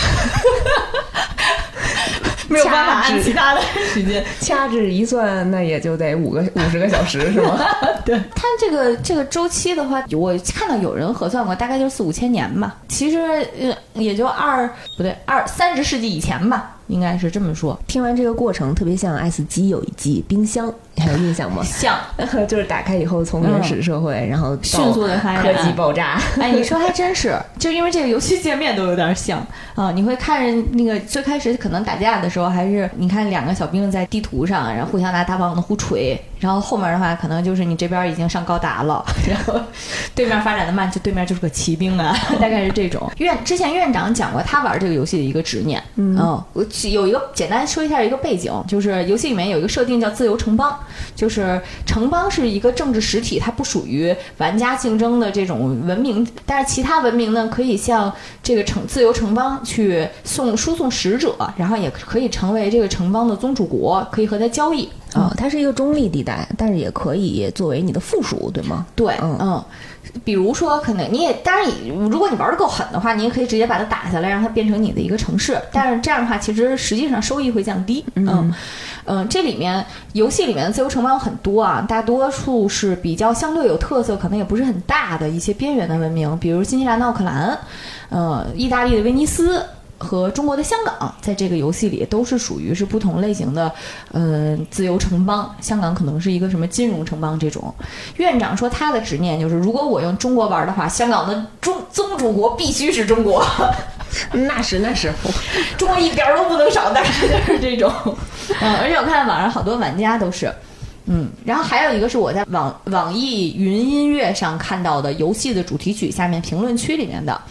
没有办法按其他的时间掐指一算，那也就得五个五十个小时是吗？ 对，它这个这个周期的话，我看到有人核算过，大概就四五千年吧。其实呃也就二不对二三十世纪以前吧，应该是这么说。 听完这个过程，特别像 S 机有一季冰箱，你还有印象吗？ 像， 就是打开以后从原始社会，嗯、然后迅速的发展， 科技爆炸。 哎，你说还真是，就因为这个游戏界面都有点像啊。你会看着那个最开始可能打架的时候，还是你看两个小兵在地图上，然后互相拿大棒子互锤，然后后面的话可能就是你这边已经上高达了，然后对面发展的慢，就对面就是个骑兵啊，大概是这种。院之前院长讲过他玩这个游戏的一个执念，嗯，哦、我有一个简单说一下一个背景，就是游戏里面有一个设定叫自由城邦，就是城邦是一个政治实体，它不属于玩家竞争的这种文明，但是其他文明呢可以向这个城自由城邦去送输送使者，然后也可以成为这个城邦的宗主国，可以和他交易。 哦，它是一个中立地带，但是也可以作为你的附属，对吗？ 对，嗯嗯，比如说，可能你也当然，如果你玩的够狠的话，你也可以直接把它打下来，让它变成你的一个城市。但是这样的话，其实实际上收益会降低。嗯嗯、呃，这里面游戏里面的自由城邦很多啊，大多数是比较相对有特色，可能也不是很大的一些边缘的文明，比如新西兰的奥克兰，呃，意大利的威尼斯。和中国的香港在这个游戏里都是属于是不同类型的呃自由城邦，香港可能是一个什么金融城邦这种。院长说他的执念就是如果我用中国玩的话，香港的中宗主国必须是中国。 那是那是中国一点都不能少，大概就是这种。嗯，而且我看网上好多玩家都是嗯，然后还有一个是我在网网易云音乐上看到的游戏的主题曲下面评论区里面的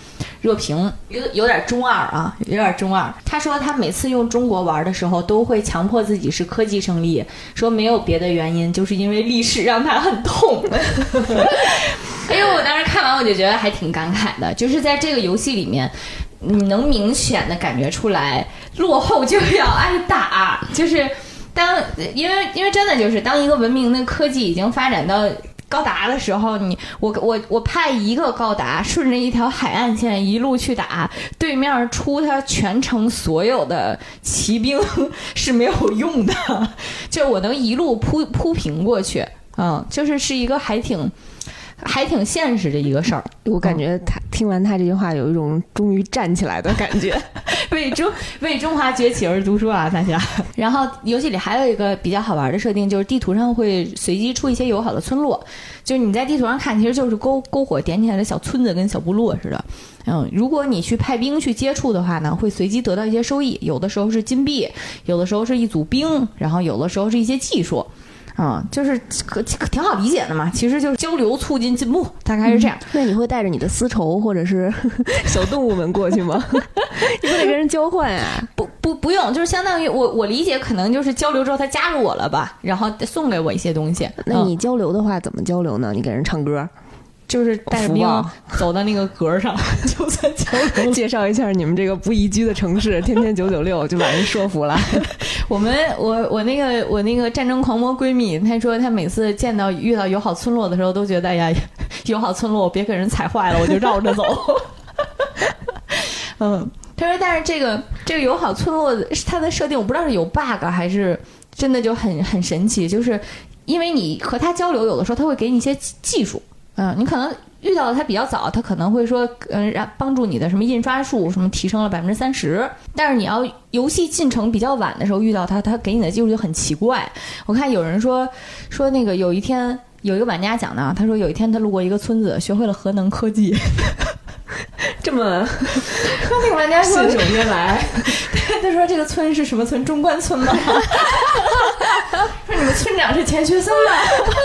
热评，有有点中二啊，有点中二。他说他每次用中国玩的时候，都会强迫自己是科技胜利，说没有别的原因，就是因为历史让他很痛。哎呦，我当时看完我就觉得还挺感慨的，就是在这个游戏里面，你能明显的感觉出来，落后就要挨打，就是当因为因为真的就是当一个文明的科技已经发展到高达的时候，你我我我派一个高达顺着一条海岸线一路去打对面，出他全城所有的骑兵是没有用的，就我能一路铺铺平过去，嗯，就是是一个还挺。还挺现实的一个事儿， 我感觉他、嗯、听完他这句话，有一种终于站起来的感觉， 为中为中华崛起而读书啊，大家。然后游戏里还有一个比较好玩的设定，就是地图上会随机出一些友好的村落，就是你在地图上看，其实就是篝篝火点起来的小村子，跟小部落似的。嗯，如果你去派兵去接触的话呢，会随机得到一些收益，有的时候是金币，有的时候是一组兵，然后有的时候是一些技术。嗯，就是可可挺好理解的嘛，其实就是交流促进进步，大概是这样。 嗯、那你会带着你的丝绸或者是小动物们过去吗？你不得跟人交换啊？ 不不不用，就是相当于我我理解可能就是交流之后他加入我了吧，然后送给我一些东西。 那你交流的话、嗯、怎么交流呢？你给人唱歌？ 就是带着兵走到那个格上，就算交流。 介绍一下你们这个不宜居的城市，天天九九六就把人说服了。 我们我我那个我那个战争狂魔闺蜜，她说她每次见到遇到友好村落的时候，都觉得哎呀，友好村落我别给人踩坏了，我就绕着走。嗯，她说但是这个这个友好村落它的设定我不知道是有 bug 还是真的就很很神奇，就是因为你和他交流，有的时候他会给你一些技术。嗯，你可能遇到的他比较早，他可能会说，嗯、呃，帮助你的什么印刷术什么提升了百分之三十。但是你要游戏进程比较晚的时候遇到他，他给你的技术就很奇怪。我看有人说说那个有一天有一个玩家讲的，他说有一天他路过一个村子，学会了核能科技。 这么， 那个玩家说信手拈来，他说这个村是什么村？中关村吗？说你们村长是钱学森吗？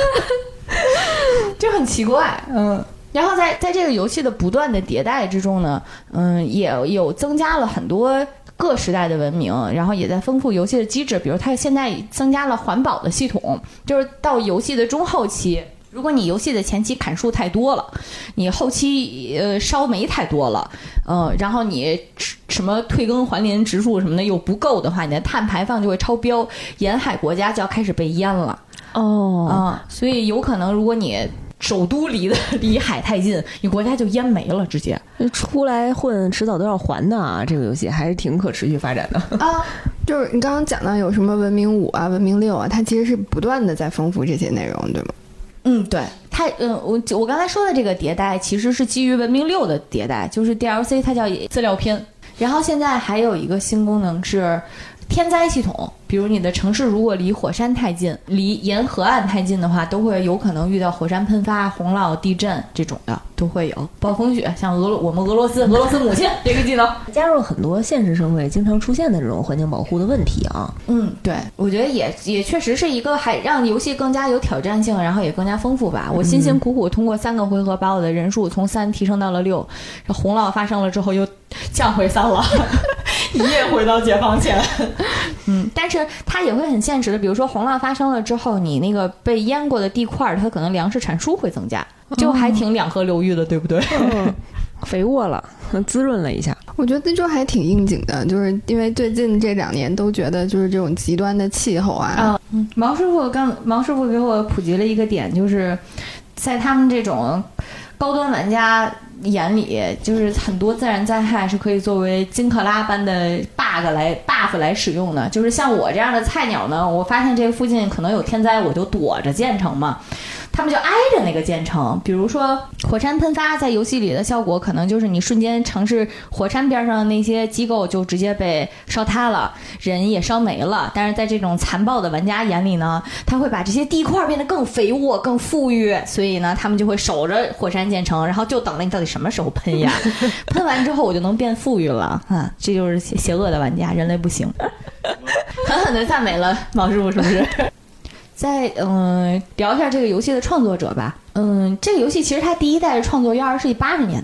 就很奇怪，嗯，然后在在这个游戏的不断的迭代之中呢，嗯，也有增加了很多各时代的文明，然后也在丰富游戏的机制，比如它现在增加了环保的系统，就是到游戏的中后期，如果你游戏的前期砍树太多了，你后期呃烧煤太多了，嗯，然后你什么退耕还林植树什么的又不够的话，你的碳排放就会超标，沿海国家就要开始被淹了。 哦， 啊、嗯，所以有可能，如果你首都离的离海太近，你国家就淹没了，直接出来混，迟早都要还的啊！这个游戏还是挺可持续发展的啊。就是你刚刚讲到有什么文明五啊、文明六啊，它其实是不断的在丰富这些内容，对吗？ 嗯，对，它嗯，我我刚才说的这个迭代其实是基于文明六的迭代，就是 D L C 它叫资料片，然后现在还有一个新功能是天灾系统，比如你的城市如果离火山太近，离沿河岸太近的话，都会有可能遇到火山喷发、洪涝、地震这种的都会有。暴风雪，像俄罗我们俄罗斯俄罗斯母亲这个技能， 加入了很多现实社会经常出现的这种环境保护的问题啊。 嗯，对，我觉得也也确实是一个还让游戏更加有挑战性，然后也更加丰富吧。我辛辛苦苦通过三个回合把我的人数从三提升到了六，洪涝发生了之后又降回三了。一夜回到解放前。嗯，但是它也会很现实的，比如说洪涝发生了之后，你那个被淹过的地块，它可能粮食产出会增加，就还挺两河流域的，对不对？ 嗯，肥沃了，滋润了一下。 我觉得就还挺应景的，就是因为最近这两年都觉得就是这种极端的气候啊。 啊嗯，毛师傅刚毛师傅给我普及了一个点，就是在他们这种高端玩家眼里，就是很多自然灾害是可以作为金克拉般的 bug 来 buff 来使用的。就是像我这样的菜鸟呢，我发现这个附近可能有天灾，我就躲着建成嘛。他们就挨着那个建成，比如说火山喷发，在游戏里的效果可能就是你瞬间城市火山边上的那些机构就直接被烧塌了，人也烧没了。但是在这种残暴的玩家眼里呢，他会把这些地块变得更肥沃更富裕，所以呢他们就会守着火山建成，然后就等着你到底什么时候喷呀。喷完之后我就能变富裕了啊！这就是邪恶的玩家，人类不行。狠狠地赞美了毛师傅，是不是？再嗯、呃、聊一下这个游戏的创作者吧。嗯，这个游戏其实它第一代的创作要是八十年代，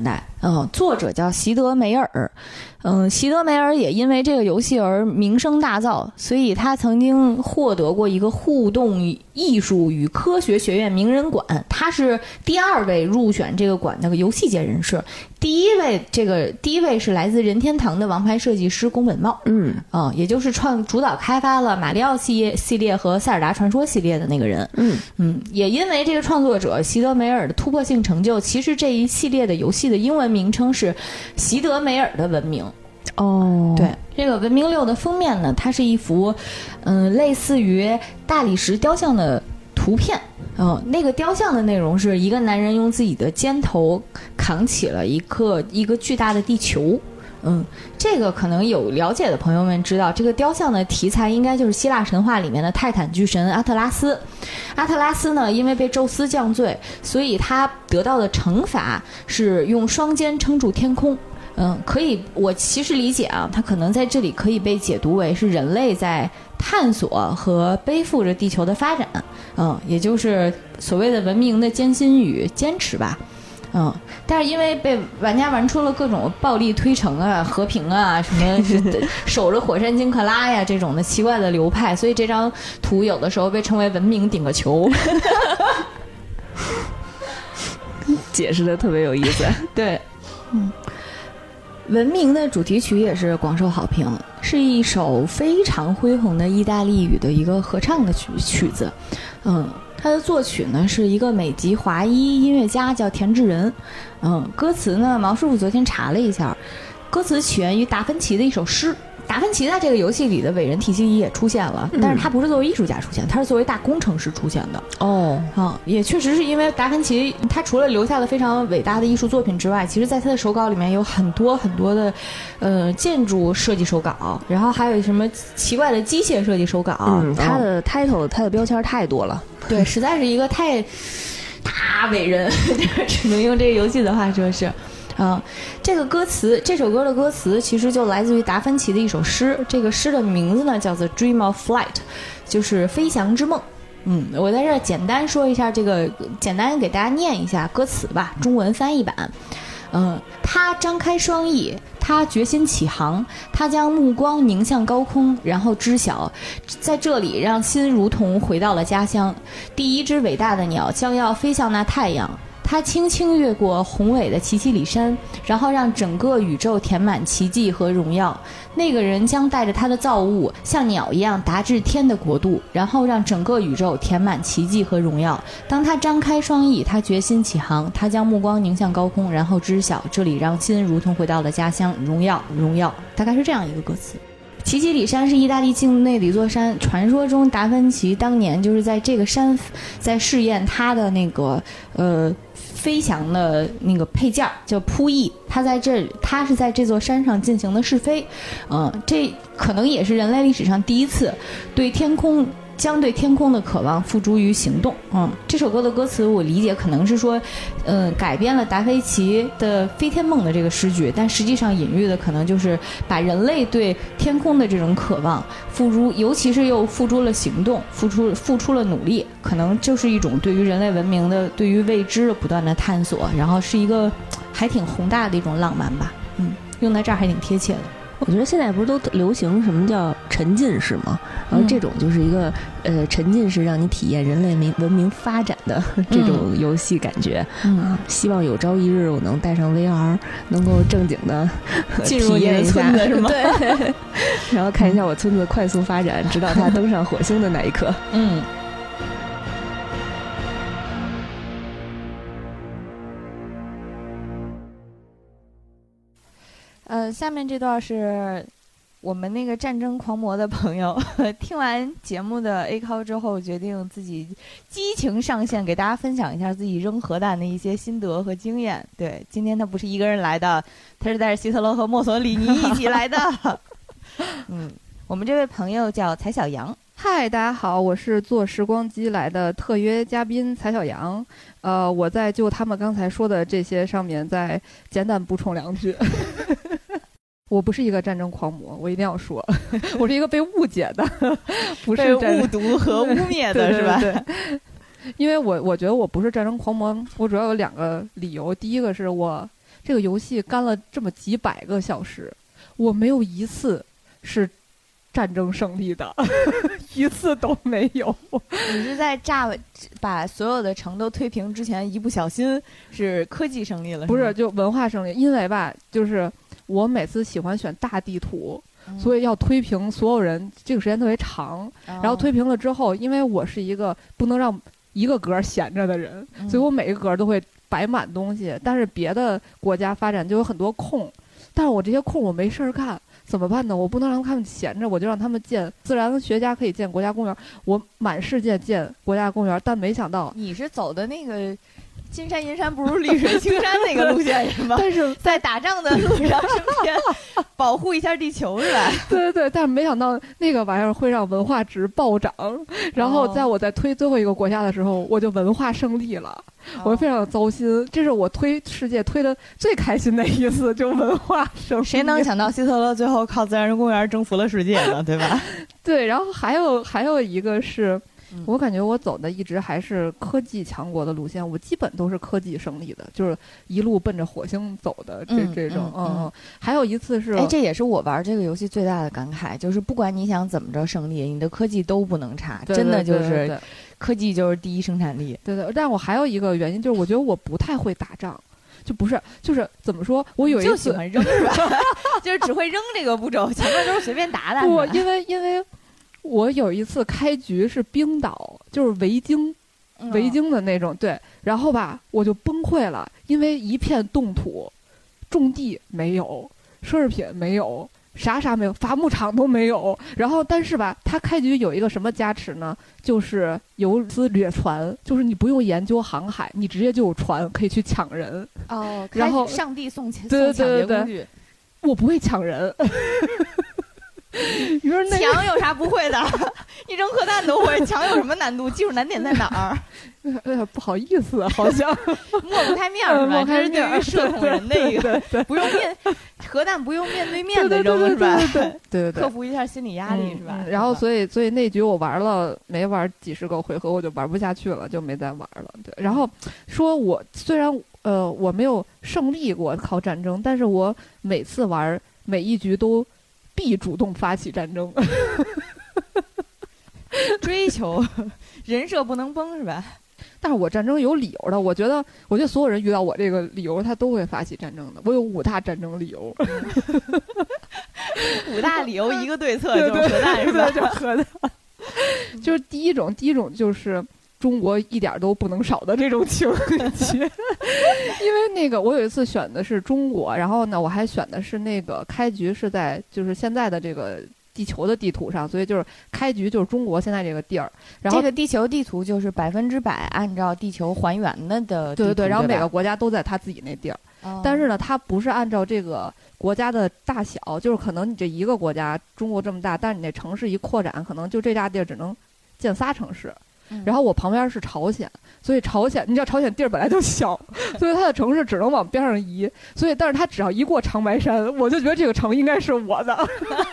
嗯，作者叫席德梅尔。嗯，席德梅尔也因为这个游戏而名声大噪，所以他曾经获得过一个互动艺术与科学学院名人馆，他是第二位入选这个馆的游戏界人士。第一位，这个第一位是来自任天堂的王牌设计师宫本茂， 嗯啊、嗯，也就是创主导开发了马里奥系列系列和塞尔达传说系列的那个人。 嗯嗯，也因为这个创作者席德梅尔的突破性成就，其实这一系列的游戏的英文名称是席德梅尔的文明。 哦， 对，这个文明六的封面呢，它是一幅，嗯、呃，类似于大理石雕像的图片。嗯、呃，那个雕像的内容是一个男人用自己的肩头扛起了一个一个巨大的地球。嗯，这个可能有了解的朋友们知道，这个雕像的题材应该就是希腊神话里面的泰坦巨神阿特拉斯。阿特拉斯呢，因为被宙斯降罪，所以他得到的惩罚是用双肩撑住天空。嗯，可以，我其实理解啊，它可能在这里可以被解读为是人类在探索和背负着地球的发展，嗯，也就是所谓的文明的艰辛与坚持吧。嗯，但是因为被玩家玩出了各种暴力推城啊、和平啊、什么守着火山金克拉呀这种的奇怪的流派，所以这张图有的时候被称为文明顶个球。 解释的特别有意思。 对，嗯。文明的主题曲也是广受好评，是一首非常恢宏的意大利语的一个合唱的曲曲子。嗯，它的作曲呢是一个美籍华裔音乐家叫田志仁。嗯，歌词呢，毛师傅昨天查了一下，歌词起源于达芬奇的一首诗。达芬奇在这个游戏里的伟人体系里也出现了，但是他不是作为艺术家出现，他是作为大工程师出现的。 哦， 啊，也确实是因为达芬奇他除了留下了非常伟大的艺术作品之外，其实在他的手稿里面有很多很多的，呃，建筑设计手稿，然后还有什么奇怪的机械设计手稿。 嗯，他的 title 他的标签太多了， 对，实在是一个太大伟人，只能用这个游戏的话说是。啊、嗯，这个歌词，这首歌的歌词其实就来自于达芬奇的一首诗。这个诗的名字呢叫做《Dream of Flight》，就是飞翔之梦。嗯，我在这儿简单说一下这个，简单给大家念一下歌词吧，中文翻译版。嗯，他张开双翼，他决心起航，他将目光凝向高空，然后知晓，在这里让心如同回到了家乡。第一只伟大的鸟将要飞向那太阳。它轻轻越过宏伟的奇奇里山，然后让整个宇宙填满奇迹和荣耀。那个人将带着他的造物，像鸟一样达至天的国度，然后让整个宇宙填满奇迹和荣耀。当他张开双翼，他决心起航，他将目光凝向高空，然后知晓，这里让心如同回到了家乡。荣耀，荣耀，大概是这样一个歌词。奇奇里山是意大利境内的一座山，传说中达芬奇当年就是在这个山在试验他的那个呃飞翔的那个配件叫扑翼，他在这他是在这座山上进行的试飞。嗯、呃，这可能也是人类历史上第一次对天空将对天空的渴望付诸于行动。嗯，这首歌的歌词我理解可能是说，呃，改编了达芬奇的《飞天梦》的这个诗句，但实际上隐喻的可能就是把人类对天空的这种渴望付诸，尤其是又付诸了行动，付出付出了努力，可能就是一种对于人类文明的、对于未知的不断的探索，然后是一个还挺宏大的一种浪漫吧。嗯，用在这儿还挺贴切的。 我觉得现在不是都流行什么叫沉浸式吗？然后这种就是一个、嗯、呃沉浸式让你体验人类文文明发展的这种游戏感觉。嗯、啊，希望有朝一日我能带上 V R， 能够正经的进入你的村子是吗？ 对，然后看一下我村子快速发展，直到它登上火星的那一刻。 嗯。呃，下面这段是我们那个战争狂魔的朋友听完节目的 A 考之后，决定自己激情上线，给大家分享一下自己扔核弹的一些心得和经验。对，今天他不是一个人来的，他是带着希特勒和墨索里尼一起来的。嗯，我们这位朋友叫柴小杨。 嗨，大家好，我是坐时光机来的特约嘉宾柴小杨。呃，我在就他们刚才说的这些上面再简短补充两句。我不是一个战争狂魔，我一定要说，我是一个被误解的，不是被误读和污蔑的，是吧？ 对对对，因为我我觉得我不是战争狂魔，我主要有两个理由。第一个是我这个游戏干了这么几百个小时，我没有一次是战争胜利的，一次都没有。 你是在炸把所有的城都推平之前，一不小心是科技胜利了？ 不是，就文化胜利。因为吧，就是我每次喜欢选大地图， 嗯、 所以要推平所有人，这个时间特别长。 哦、 然后推平了之后，因为我是一个不能让一个格闲着的人， 嗯、 所以我每个格都会摆满东西。但是别的国家发展就有很多空，但是我这些空我没事儿干。怎么办呢？我不能让他们闲着，我就让他们建自然学家可以建国家公园，我满世界建国家公园。但没想到你是走的那个金山银山不如绿水青山那个路线是吗？ 但是在打仗的路上顺便保护一下地球是吧？ 对对对，但是没想到那个玩意儿会让文化值暴涨，然后在我在推最后一个国家的时候，我就文化胜利了。我非常的糟心，这是我推世界推的最开心的一次，就文化胜利。 谁能想到希特勒最后靠自然公园征服了世界呢？对吧？ 对，然后还有还有一个是，我感觉我走的一直还是科技强国的路线，我基本都是科技胜利的，就是一路奔着火星走的这、嗯、这种。嗯嗯。还有一次是， 哎，这也是我玩这个游戏最大的感慨，就是不管你想怎么着胜利，你的科技都不能差， 对对真的就对对对是。科技就是第一生产力， 对对，但我还有一个原因就是，我觉得我不太会打仗，就不是，就是怎么说，我有一次就喜欢扔是吧？就是只会扔这个步骤，前面都是随便打打。 不，因为因为我有一次开局是冰岛，就是维京，维京的那种，对，然后吧，我就崩溃了，因为一片冻土，种地没有，奢侈品没有。啥啥没有，伐木场都没有。然后，但是吧，它开局有一个什么加持呢？就是有丝掠船，就是你不用研究航海，你直接就有船可以去抢人。 哦， 然后上帝送钱， 对对对对对， 我不会抢人。你说那抢有啥不会的？一扔核弹都会，抢有什么难度？技术难点在哪儿？ 哎呀，不好意思，好像抹不开面是吧？这是对于射捅人的一个，不用面核弹不用面对面的扔是吧？ 对对对， 克服一下心理压力是吧？ 然后所以所以那局我玩了没玩几十个回合，我就玩不下去了，就没再玩了。对，然后说我虽然呃我没有胜利过靠战争，但是我每次玩每一局都必主动发起战争。 追求人设不能崩是吧？ 但是我战争有理由的，我觉得，我觉得所有人遇到我这个理由，他都会发起战争的。我有五大战争理由， 五大理由一个对策就是核弹是吧？ 就核弹，就是第一种，第一种就是中国一点都不能少的这种情节。因为那个我有一次选的是中国，然后呢，我还选的是那个开局是在就是现在的这个。地球的地图上，所以就是开局就是中国现在这个地儿，然后这个地球地图就是百分之百按照地球还原的的， 对对对，然后对每个国家都在他自己那地儿， 哦、 但是呢，它不是按照这个国家的大小，就是可能你这一个国家中国这么大，但是你那城市一扩展，可能就这大地儿只能建仨城市。然后我旁边是朝鲜，所以朝鲜你知道朝鲜地儿本来就小，所以它的城市只能往边上移，所以但是它只要一过长白山，我就觉得这个城应该是我的。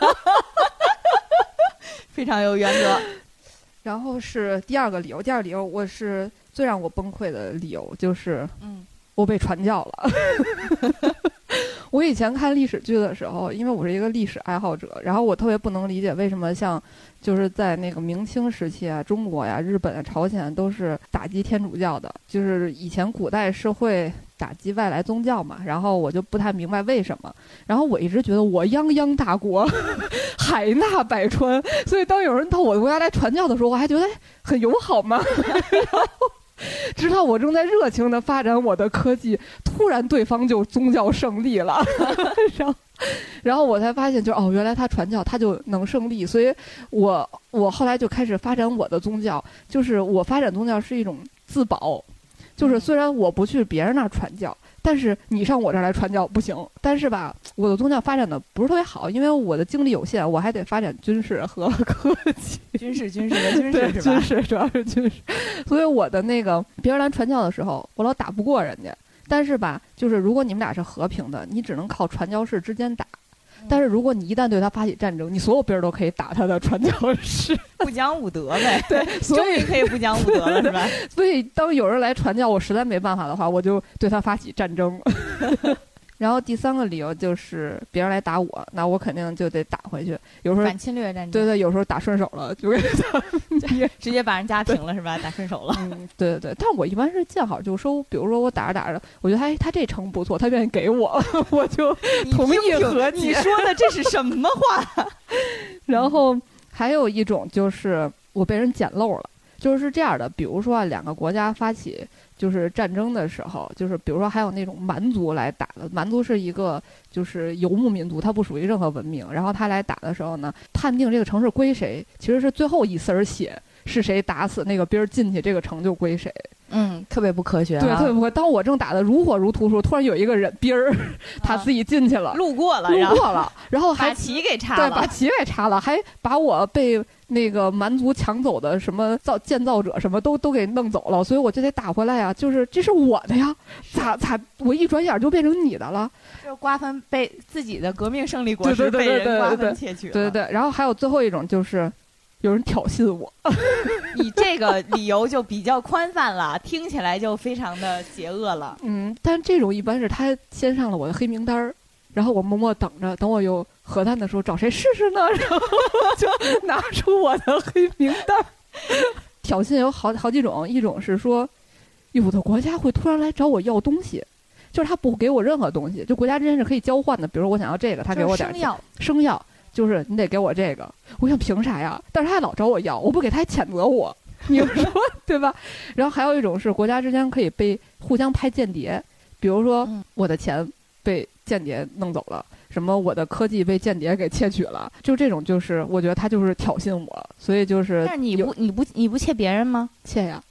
非常有原则。 然后是第二个理由，第二个理由我是最让我崩溃的理由就是，嗯，我被传教了。我以前看历史剧的时候，因为我是一个历史爱好者，然后我特别不能理解为什么像就是在那个明清时期啊，中国呀、日本啊、朝鲜都是打击天主教的，就是以前古代是会打击外来宗教嘛，然后我就不太明白为什么。然后我一直觉得我泱泱大国，海纳百川，所以当有人到我的国家来传教的时候，我还觉得很友好嘛。然后直到我正在热情地发展我的科技，突然对方就宗教胜利了，然后，然后我才发现，就哦，原来他传教他就能胜利，所以我我后来就开始发展我的宗教，就是我发展宗教是一种自保，就是虽然我不去别人那儿传教，但是你上我这儿来传教不行，但是吧，我的宗教发展的不是特别好，因为我的精力有限，我还得发展军事和科技。 军事军事的军事是吧？ 军事主要是军事，所以我的那个别人来传教的时候，我老打不过人家。但是吧，就是如果你们俩是和平的，你只能靠传教士之间打。但是如果你一旦对他发起战争，你所有兵都可以打他的传教士， 不讲武德呗。 对，所以可以不讲武德了是吧？ 所以当有人来传教，我实在没办法的话，我就对他发起战争。 然后第三个理由就是别人来打我，那我肯定就得打回去。有时候反侵略战争， 对对，有时候打顺手了就给他直接把人家平了是吧？打顺手了。 嗯，对对对。但我一般是见好就收，比如说我打着打着，我觉得他他这城不错，他愿意给我，我就同意和解。 你说的这是什么话？ 然后还有一种就是我被人捡漏了，就是这样的，比如说啊，两个国家发起就是战争的时候，就是比如说还有那种蛮族来打的，蛮族是一个就是游牧民族，它不属于任何文明，然后他来打的时候呢，判定这个城市归谁，其实是最后一丝儿血是谁打死那个兵进去，这个城就归谁。 嗯，特别不科学、啊。 对，特别不科学。当我正打得如火如荼时，突然有一个人兵儿，他自己进去了， 啊、路过了， 路过了，然后还把旗给插了， 对，把旗给插了，还把我被那个蛮族抢走的什么造建造者什么都都给弄走了，所以我就得打回来呀。就是这是我的呀，咋咋我一转眼就变成你的了？ 就是瓜分被自己的革命胜利果实被人瓜分窃取了。 对对对，然后还有最后一种就是。有人挑衅我， 你这个理由就比较宽泛了，听起来就非常的邪恶了。 嗯，但这种一般是他先上了我的黑名单，然后我默默等着，等我有核弹的时候找谁试试呢？然后就拿出我的黑名单。挑衅有好好几种，一种是说，有的国家会突然来找我要东西，就是他不给我任何东西，就国家之间是可以交换的，比如说我想要这个，他给我点生药， 生药。就是你得给我这个，我想凭啥呀？但是他还老找我要，我不给他还谴责我，你说对吧？然后还有一种是国家之间可以被互相派间谍，比如说我的钱被间谍弄走了，什么我的科技被间谍给窃取了，就这种就是我觉得他就是挑衅我，所以就是。 但是你不你不你不窃别人吗？ 窃呀。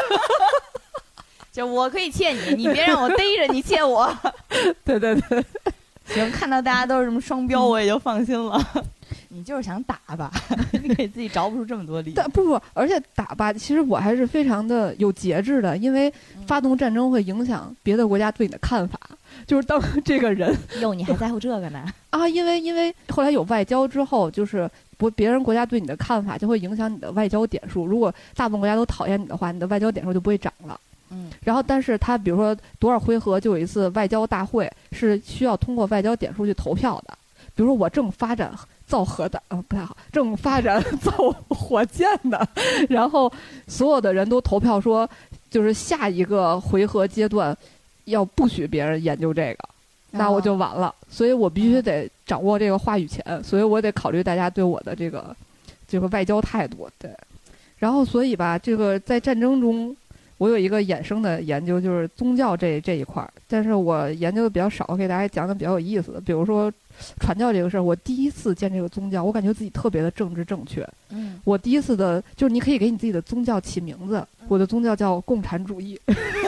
就我可以窃你，你别让我逮着你窃我。 对对对。 行，看到大家都是这么双标，我也就放心了。你就是想打吧，你给自己找不出这么多理由。 但不不，而且打吧，其实我还是非常的有节制的，因为发动战争会影响别的国家对你的看法。就是当这个人， 哟，你还在乎这个呢？ 啊，因为因为后来有外交之后，就是不别人国家对你的看法就会影响你的外交点数。如果大部分国家都讨厌你的话，你的外交点数就不会涨了。 嗯， 然后但是他比如说多少回合就有一次外交大会是需要通过外交点数去投票的，比如说我正发展造核弹，呃不太好，正发展造火箭的，然后所有的人都投票说，就是下一个回合阶段要不许别人研究这个，那我就完了，所以我必须得掌握这个话语权，所以我得考虑大家对我的这个这个外交态度，对，然后所以吧，这个在战争中。我有一个衍生的研究，就是宗教这这一块儿，但是我研究的比较少，给大家讲讲比较有意思的。比如说传教这个事儿，我第一次见这个宗教，我感觉自己特别的政治正确。 嗯， 我第一次的就是你可以给你自己的宗教起名字，我的宗教叫共产主义。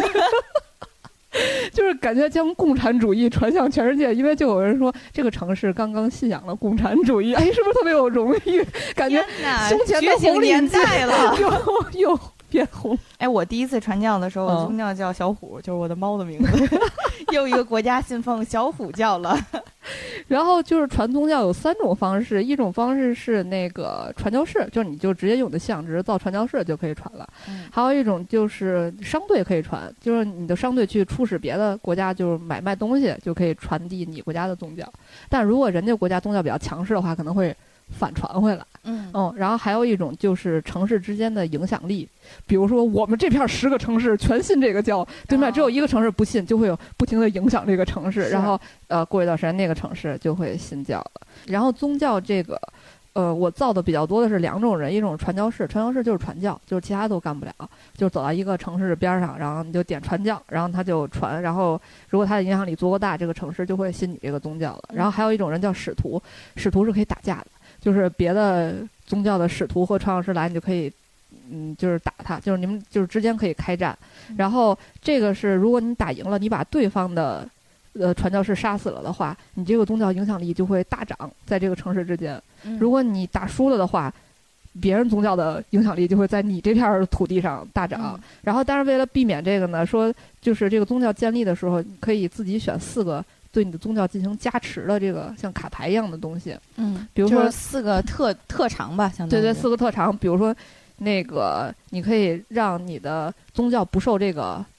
就是感觉将共产主义传向全世界，因为就有人说这个城市刚刚信仰了共产主义，哎，是不是特别有荣誉？感觉胸前的红领带了， 又又变红。 哎，我第一次传教的时候，我宗教叫小虎，就是我的猫的名字。又一个国家信奉小虎教了。 然后就是传宗教有三种方式，一种方式是那个传教士，就是你就直接用的信仰值造传教士就可以传了。 嗯、 还有一种就是商队可以传，就是你的商队去出使别的国家，就是买卖东西就可以传递你国家的宗教。但如果人家国家宗教比较强势的话，可能会反传回来。 嗯嗯，然后还有一种就是城市之间的影响力，比如说我们这片十个城市全信这个教，对面只有一个城市不信，就会有不停的影响这个城市，然后呃过一段时间那个城市就会信教了。然后宗教这个，呃，我造的比较多的是两种人，一种传教士，传教士就是传教，就是其他都干不了，就是走到一个城市边上，然后你就点传教，然后他就传，然后如果他的影响力足够大，这个城市就会信你这个宗教了。然后还有一种人叫使徒，使徒是可以打架的。就是别的宗教的使徒或传教士来，你就可以，嗯，就是打他，就是你们就是之间可以开战。然后这个是，如果你打赢了，你把对方的呃传教士杀死了的话，你这个宗教影响力就会大涨，在这个城市之间。如果你打输了的话，别人宗教的影响力就会在你这片土地上大涨。 嗯、 然后，当然为了避免这个呢，说就是这个宗教建立的时候，可以自己选四个。对你的宗教进行加持的这个像卡牌一样的东西， 嗯， 比如说、 就是、四个特特长吧，相当于对对，四个特长，比如说那个你可以让你的宗教不受这个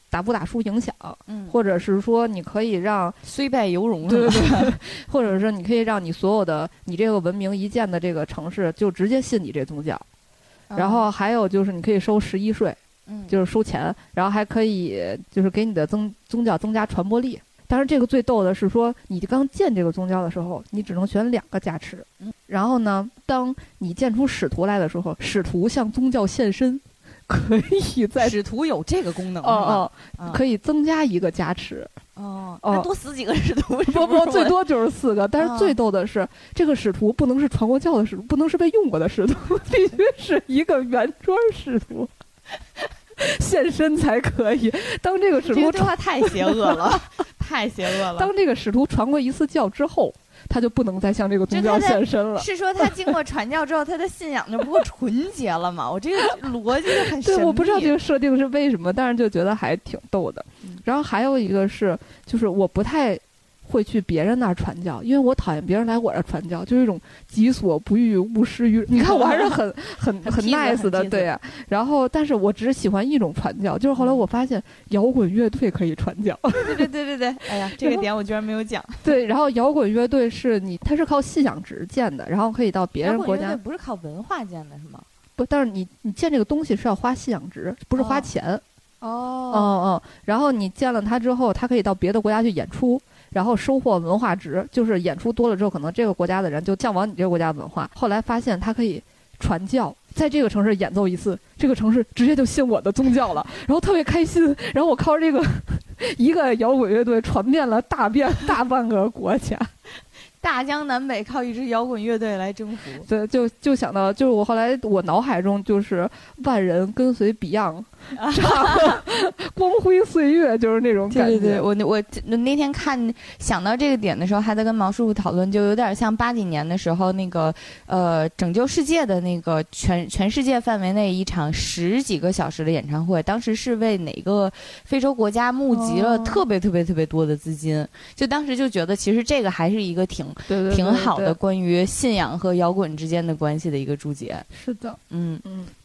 打不打输影响， 嗯， 或者是说你可以让虽败犹荣， 对对对，或者是你可以让你所有的你这个文明一建的这个城市就直接信你这宗教， 嗯、 然后还有就是你可以收十一税， 嗯， 就是收钱，然后还可以就是给你的宗宗教增加传播力。当然，这个最逗的是说，你刚建这个宗教的时候，你只能选两个加持。 嗯， 然后呢，当你建出使徒来的时候，使徒向宗教献身，可以在使徒有这个功能， 哦哦， 可以增加一个加持。 哦， 哦那多死几个使徒？ 不不，最多就是四个。但是最逗的是，这个使徒不能是传过教的使徒，不能是被用过的使徒，必须是一个原装使徒。现身才可以。当这个使徒， 这句话太邪恶了，太邪恶了。 当这个使徒传过一次教之后，他就不能再向这个宗教献身了。 是说他经过传教之后，他的信仰就不够纯洁了吗？我这个逻辑就很神秘。 对，我不知道这个设定是为什么，但是就觉得还挺逗的。 嗯、 然后还有一个是，就是我不太会去别人那儿传教，因为我讨厌别人来我这儿传教，就是一种己所不欲，勿施于。你看我还是很很很 nice 的，对呀、啊。然后，但是我只是喜欢一种传教，就是后来我发现摇滚乐队可以传教。 对对对对对，哎呀，这个点我居然没有讲。 对，然后摇滚乐队是你，它是靠信仰值建的，然后可以到别人国家。 摇滚乐队不是靠文化建的是吗？ 不，但是你你建这个东西是要花信仰值，不是花钱。 哦， 哦哦，然后你建了它之后，它可以到别的国家去演出。然后收获文化值，就是演出多了之后，可能这个国家的人就向往你这个国家文化。后来发现它可以传教，在这个城市演奏一次，这个城市直接就信我的宗教了，然后特别开心。然后我靠这个一个摇滚乐队传遍了大遍大半个国家。 大江南北靠一支摇滚乐队来征服， 对，就就想到，就是我后来我脑海中就是万人跟随 Beyond 唱光辉岁月，就是那种感觉。 对对对，我我那天看想到这个点的时候，还在跟毛师傅讨论，就有点像八几年的时候那个呃拯救世界的那个全全世界范围内一场十几个小时的演唱会，当时是为哪个非洲国家募集了特别特别特别多的资金，哦、就当时就觉得其实这个还是一个挺。 对对对对挺好的，关于信仰和摇滚之间的关系的一个注解。 是的， 嗯嗯。